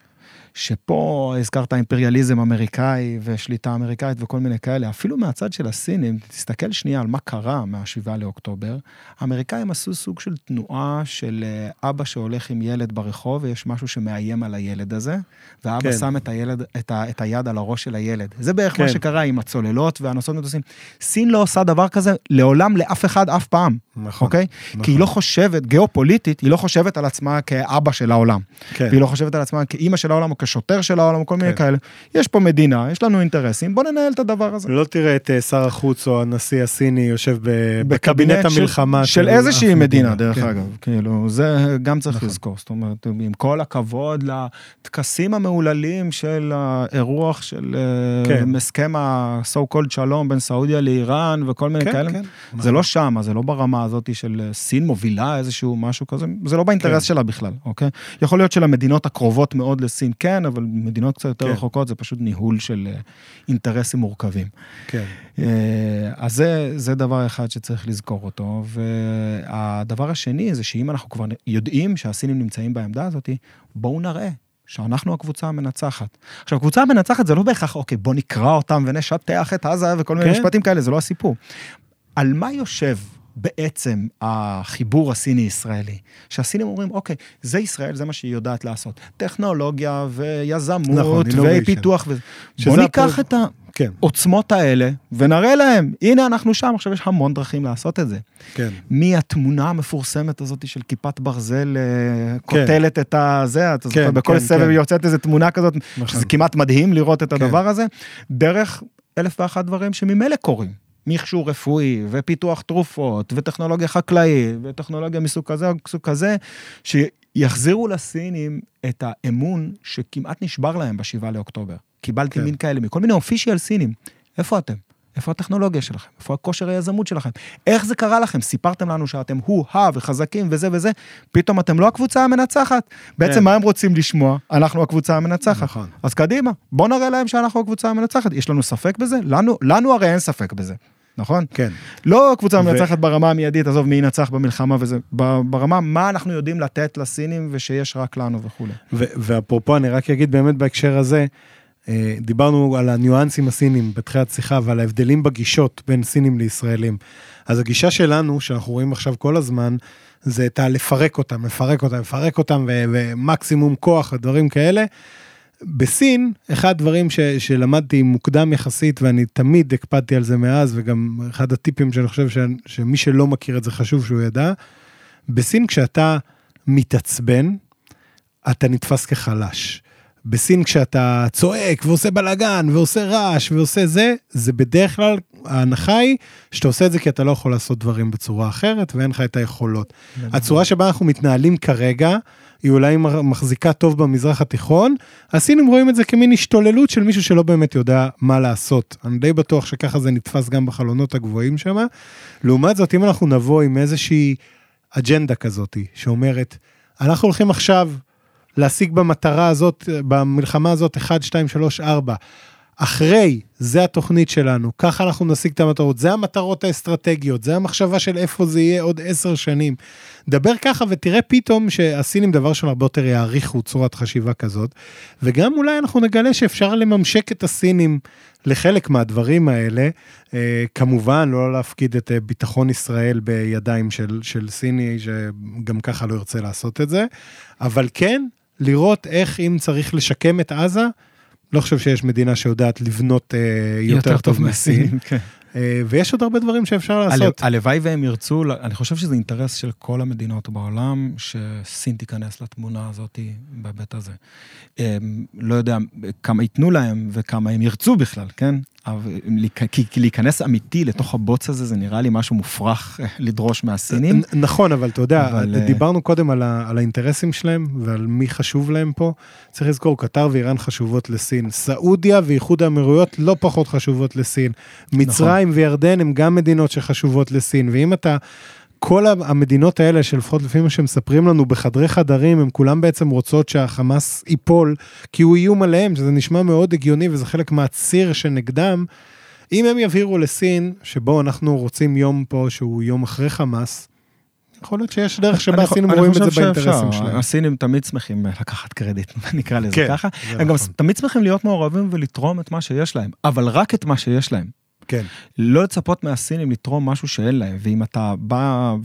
שפה הזכרת אימפריאליזם אמריקאי ושליטה אמריקאית וכל מיני כאלה, אפילו מהצד של הסינים, תסתכל שנייה על מה קרה מהשבעה לאוקטובר, האמריקאים עשו סוג של תנועה של אבא שהולך עם ילד ברחוב, ויש משהו שמאיים על הילד הזה, ואבא כן. שם את, הילד, את, ה, את היד על הראש של הילד. זה בערך כן. מה שקרה עם הצוללות והנוסעות מטוסים. סין לא עושה דבר כזה לעולם לאף אחד אף פעם, נכון, אוקיי? נכון. כי היא לא חושבת, גיאופוליטית, היא לא חושבת על עצמה כאבא של העולם. כן. והיא לא חושבת על עצמה כאמא של העולם, או כשוטר של העולם, או כל מיני כאלה. יש פה מדינה, יש לנו אינטרסים, בוא ננהל את הדבר הזה. לא תראה את שר החוץ או הנשיא הסיני יושב בקבינט המלחמה של איזושהי מדינה, דרך אגב. כאילו, זה גם צריך לזכור. זאת אומרת, עם כל הכבוד לטקסים המעוללים של האירוח של הסכם ה-so called שלום בין סעודיה לאיראן וכל מיני כאלה. זה לא שם, זה לא ברמה הזאת של סין מובילה איזשהו משהו כזה, זה לא באינטרס שלה בכלל, אוקיי? יכול להיות שלמדינות הקרובות מאוד לסין כן, אבל מדינות קצת יותר רחוקות, זה פשוט ניהול של אינטרסים מורכבים. כן. אז זה, זה דבר אחד שצריך לזכור אותו, והדבר השני זה שאם אנחנו כבר יודעים שהסינים נמצאים בעמדה הזאת, בואו נראה שאנחנו הקבוצה המנצחת. עכשיו, הקבוצה המנצחת זה לא בהכרח, אוקיי, בוא נקרא אותם ונשטח את עזה וכל מיני משפטים כאלה, זה לא הסיפור. על מה יושב בעצם החיבור הסיני-ישראלי, שהסינים אומרים, אוקיי, זה ישראל, זה מה שהיא יודעת לעשות. טכנולוגיה ויזמות ופיתוח. בוא ניקח את העוצמות האלה ונראה להם, הנה אנחנו שם, עכשיו יש המון דרכים לעשות את זה. מהתמונה המפורסמת הזאת של כיפת ברזל, כותלת את הזה, בכל סבב יוצאת איזו תמונה כזאת, שזה כמעט מדהים לראות את הדבר הזה, דרך אלף ואחת דברים שממילא קורים. מכשור רפואי, ופיתוח תרופות, וטכנולוגיה חקלאית, וטכנולוגיה מסוג כזה, מסוג כזה, שיחזירו לסינים את האמון שכמעט נשבר להם בשבעה לאוקטובר. קיבלתי מין כאלה, מכל מיני אופישיאל סינים. איפה אתם? איפה הטכנולוגיה שלכם? איפה הכושר היזמות שלכם? איך זה קרה לכם? סיפרתם לנו שאתם הו-ה וחזקים וזה וזה, פתאום אתם לא הקבוצה המנצחת. בעצם מה הם רוצים לשמוע? אנחנו הקבוצה המנצחת. אז קדימה, בוא נראה להם שאנחנו הקבוצה המנצחת. יש לנו ספק בזה? לנו, לנו הרי אין ספק בזה. נכון? כן. לא הקבוצה המנצחת ברמה המיידית, עזוב מי ינצח במלחמה וזה, ברמה מה אנחנו יודעים לתת לסינים ושיש רק לנו וכו'. ואפרופו, אני רק אגיד באמת בהקשר הזה, דיברנו על הניואנסים הסינים בתחילת שיחה, ועל ההבדלים בגישות בין סינים לישראלים. אז הגישה שלנו, שאנחנו רואים עכשיו כל הזמן, זה את לפרק אותם, לפרק אותם, לפרק אותם, ומקסימום כוח, דברים כאלה. בסין, אחד הדברים ש, שלמדתי מוקדם יחסית, ואני תמיד הקפדתי על זה מאז, וגם אחד הטיפים שאני חושב ש, שמי שלא מכיר את זה חשוב שהוא ידע, בסין כשאתה מתעצבן, אתה נתפס כחלש. בסין כשאתה צועק ועושה בלגן ועושה רעש ועושה זה, זה בדרך כלל, ההנחה היא שאתה עושה את זה כי אתה לא יכול לעשות דברים בצורה אחרת ואין לך את היכולות. הצורה שבה אנחנו מתנהלים כרגע, היא אולי מחזיקה טוב במזרח התיכון, הסינים רואים את זה כמין השתוללות של מישהו שלא באמת יודע מה לעשות. אני די בטוח שככה זה נתפס גם בחלונות הגבוהים שם. לעומת זאת, אם אנחנו נבוא עם איזושהי אג'נדה כזאת, שאומרת, אנחנו הולכים עכשיו להשיג במטרה הזאת, במלחמה הזאת, אחת, שתיים, שלוש, ארבע. אחרי, זה התוכנית שלנו, ככה אנחנו נשיג את המטרות, זה המטרות האסטרטגיות, זה המחשבה של איפה זה יהיה עוד עשר שנים. דבר ככה ותראה פתאום שהסינים דבר שלנו הרבה יותר יעריכו צורת חשיבה כזאת, וגם אולי אנחנו נגלה שאפשר לממשק את הסינים לחלק מהדברים האלה, כמובן לא להפקיד את ביטחון ישראל בידיים של, של סיני, שגם ככה לא ירצה לעשות את זה, אבל כן, לראות איך אם צריך לשקם את עזה, לא חושב שיש מדינה שיודעת לבנות אה, יותר, יותר טוב מסין, כן. אה, ויש עוד הרבה דברים שאפשר לעשות. הלוואי והם ירצו, אני חושב שזה אינטרס של כל המדינות בעולם, שסין תיכנס לתמונה הזאת בבית הזה. אה, לא יודע כמה ייתנו להם וכמה הם ירצו בכלל, כן? אבל, כי, כי להיכנס אמיתי לתוך הבוץ הזה, זה נראה לי משהו מופרך לדרוש מהסינים. נכון, אבל אתה יודע, אבל... דיברנו קודם על, ה, על האינטרסים שלהם, ועל מי חשוב להם פה. צריך לזכור, קטר ואיראן חשובות לסין. סעודיה ואיחוד האמירויות לא פחות חשובות לסין. מצרים נכון. וירדן הם גם מדינות שחשובות לסין. ואם אתה... כל המדינות האלה, שלפחות לפי מה שמספרים לנו בחדרי חדרים, הם כולם בעצם רוצות שהחמאס ייפול, כי הוא איום עליהם, שזה נשמע מאוד הגיוני, וזה חלק מהציר שנגדם. אם הם יבהירו לסין, שבו אנחנו רוצים יום פה, שהוא יום אחרי חמאס, יכול להיות שיש דרך שבה הסינים רואים את זה באינטרסים שלהם. הסינים תמיד שמחים לקחת קרדיט, נקרא לזה ככה. הם גם תמיד שמחים להיות מעורבים ולתרום את מה שיש להם, אבל רק את מה שיש להם. כן. לא לצפות מהסינים לתרום משהו שאין להם, ואם אתה בא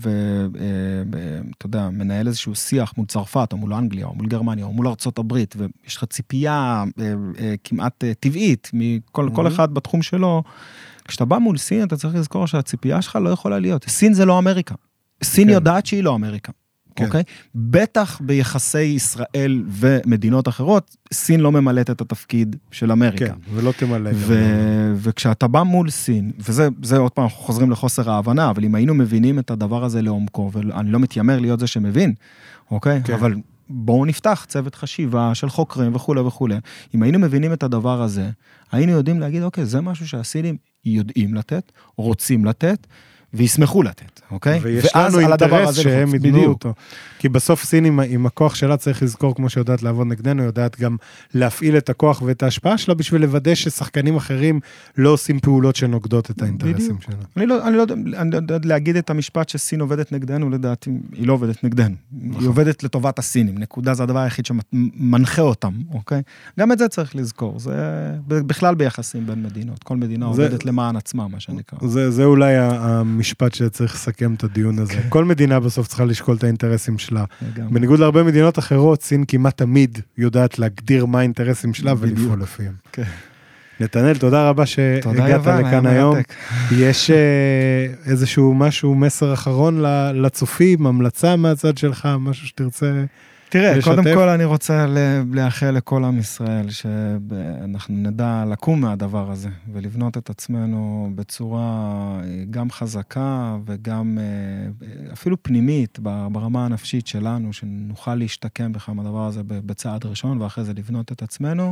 ואתה יודע, מנהל איזשהו שיח מול צרפת, או מול אנגליה, או מול גרמניה, או מול ארצות הברית, ויש לך ציפייה כמעט טבעית, מכל אחד בתחום שלו, כשאתה בא מול סין, אתה צריך לזכור שהציפייה שלך לא יכולה להיות. סין זה לא אמריקה. סין יודעת שהיא לא אמריקה. אוקיי? בטח ביחסי ישראל ומדינות אחרות, סין לא ממלאת את התפקיד של אמריקה. כן, ולא תמלא. וכשאתה בא מול סין, וזה עוד פעם, אנחנו חוזרים לחוסר ההבנה, אבל אם היינו מבינים את הדבר הזה לעומקו, ואני לא מתיימר להיות זה שמבין, אוקיי? אבל בואו נפתח צוות חשיבה של חוקרים וכו' וכו'. אם היינו מבינים את הדבר הזה, היינו יודעים להגיד, אוקיי, זה משהו שהסינים יודעים לתת, רוצים לתת, וישמחו לתת, אוקיי? ויש לנו אינטרס שהם ידנו אותו. כי בסוף סין עם, עם הכוח שלה צריך לזכור, כמו שיודעת לעבוד נגדנו, יודעת גם להפעיל את הכוח ואת ההשפעה שלה, בשביל לוודא ששחקנים אחרים לא עושים פעולות שנוגדות את האינטרסים שלה. אני לא, אני לא יודע, אני יודע להגיד את המשפט שסין עובדת נגדנו, לדעתי, היא לא עובדת נגדנו. היא עובדת לטובת הסינים. נקודה זה הדבר היחיד שמנחה אותם, אוקיי? גם את זה צריך לזכור. זה בכלל ביחסים בין מדינות. כל מדינה עובדת למען עצמה, מה שנקרא. זה, זה אולי המשפט שצריך לסכם את הדיון הזה. כל מדינה בסוף צריכה לשקול את האינטרסים שלה. בניגוד להרבה מדינות אחרות, סין כמעט תמיד יודעת להגדיר מה האינטרסים שלה ולפעול לפיהם. נתנאל, תודה רבה שהגעת לכאן היום. יש איזשהו משהו, מסר אחרון לצופים, המלצה מהצד שלך, משהו שתרצה... תראה, קודם כל אני רוצה לאחל לכל עם ישראל שאנחנו נדע לקום מהדבר הזה ולבנות את עצמנו בצורה גם חזקה וגם אפילו פנימית ברמה הנפשית שלנו, שנוכל להשתקם בכם הדבר הזה בצעד ראשון ואחרי זה לבנות את עצמנו,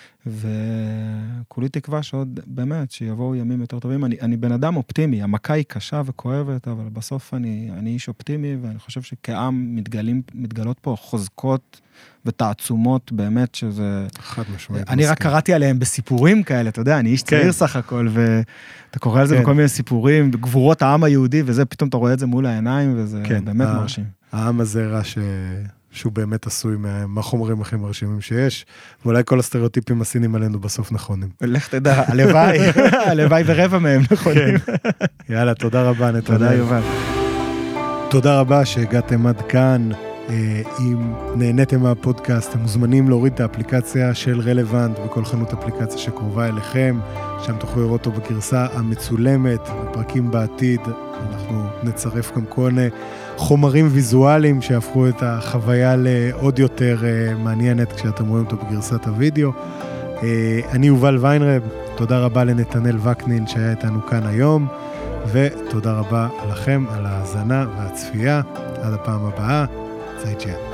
וכולי תקווה שעוד באמת שיבואו ימים יותר טובים. אני, אני בן אדם אופטימי, המכה היא קשה וכואבת, אבל בסוף אני, אני איש אופטימי, ואני חושב שכעם מתגלים, מתגלות פה חוזקות ותעצומות באמת שזה... חד משמעית. אני רק קראתי עליהם בסיפורים כאלה, אתה יודע, אני איש צעיר סך הכל, ואתה קורא על זה בכל מיני סיפורים, בגבורות העם היהודי, וזה פתאום אתה רואה את זה מול העיניים, וזה באמת מרשים. העם הזה רע ש... שהוא באמת עשוי מהחומרים הכי מרשימים שיש, ואולי כל הסטריאוטיפים הסינים עלינו בסוף נכונים. לך תדע, הלוואי, הלוואי ורבע מהם נכונים. יאללה, תודה רבה, נתנאל. תודה, יובל. תודה רבה שהגעתם עד כאן. אם נהניתם מהפודקאסט, אתם מוזמנים להוריד את האפליקציה של רלוונט בכל חנות אפליקציה שקרובה אליכם, שם תוכלו לראות אותו בגרסה המצולמת, בפרקים בעתיד. אנחנו נצרף גם כל מיני חומרים ויזואליים שהפכו את החוויה לעוד יותר מעניינת כשאתם רואים אותו בגרסת הוידאו. אני יובל ויינרב, תודה רבה לנתנאל וקנין שהיה איתנו כאן היום, ותודה רבה לכם על ההאזנה והצפייה. עד הפעם הבאה,再见。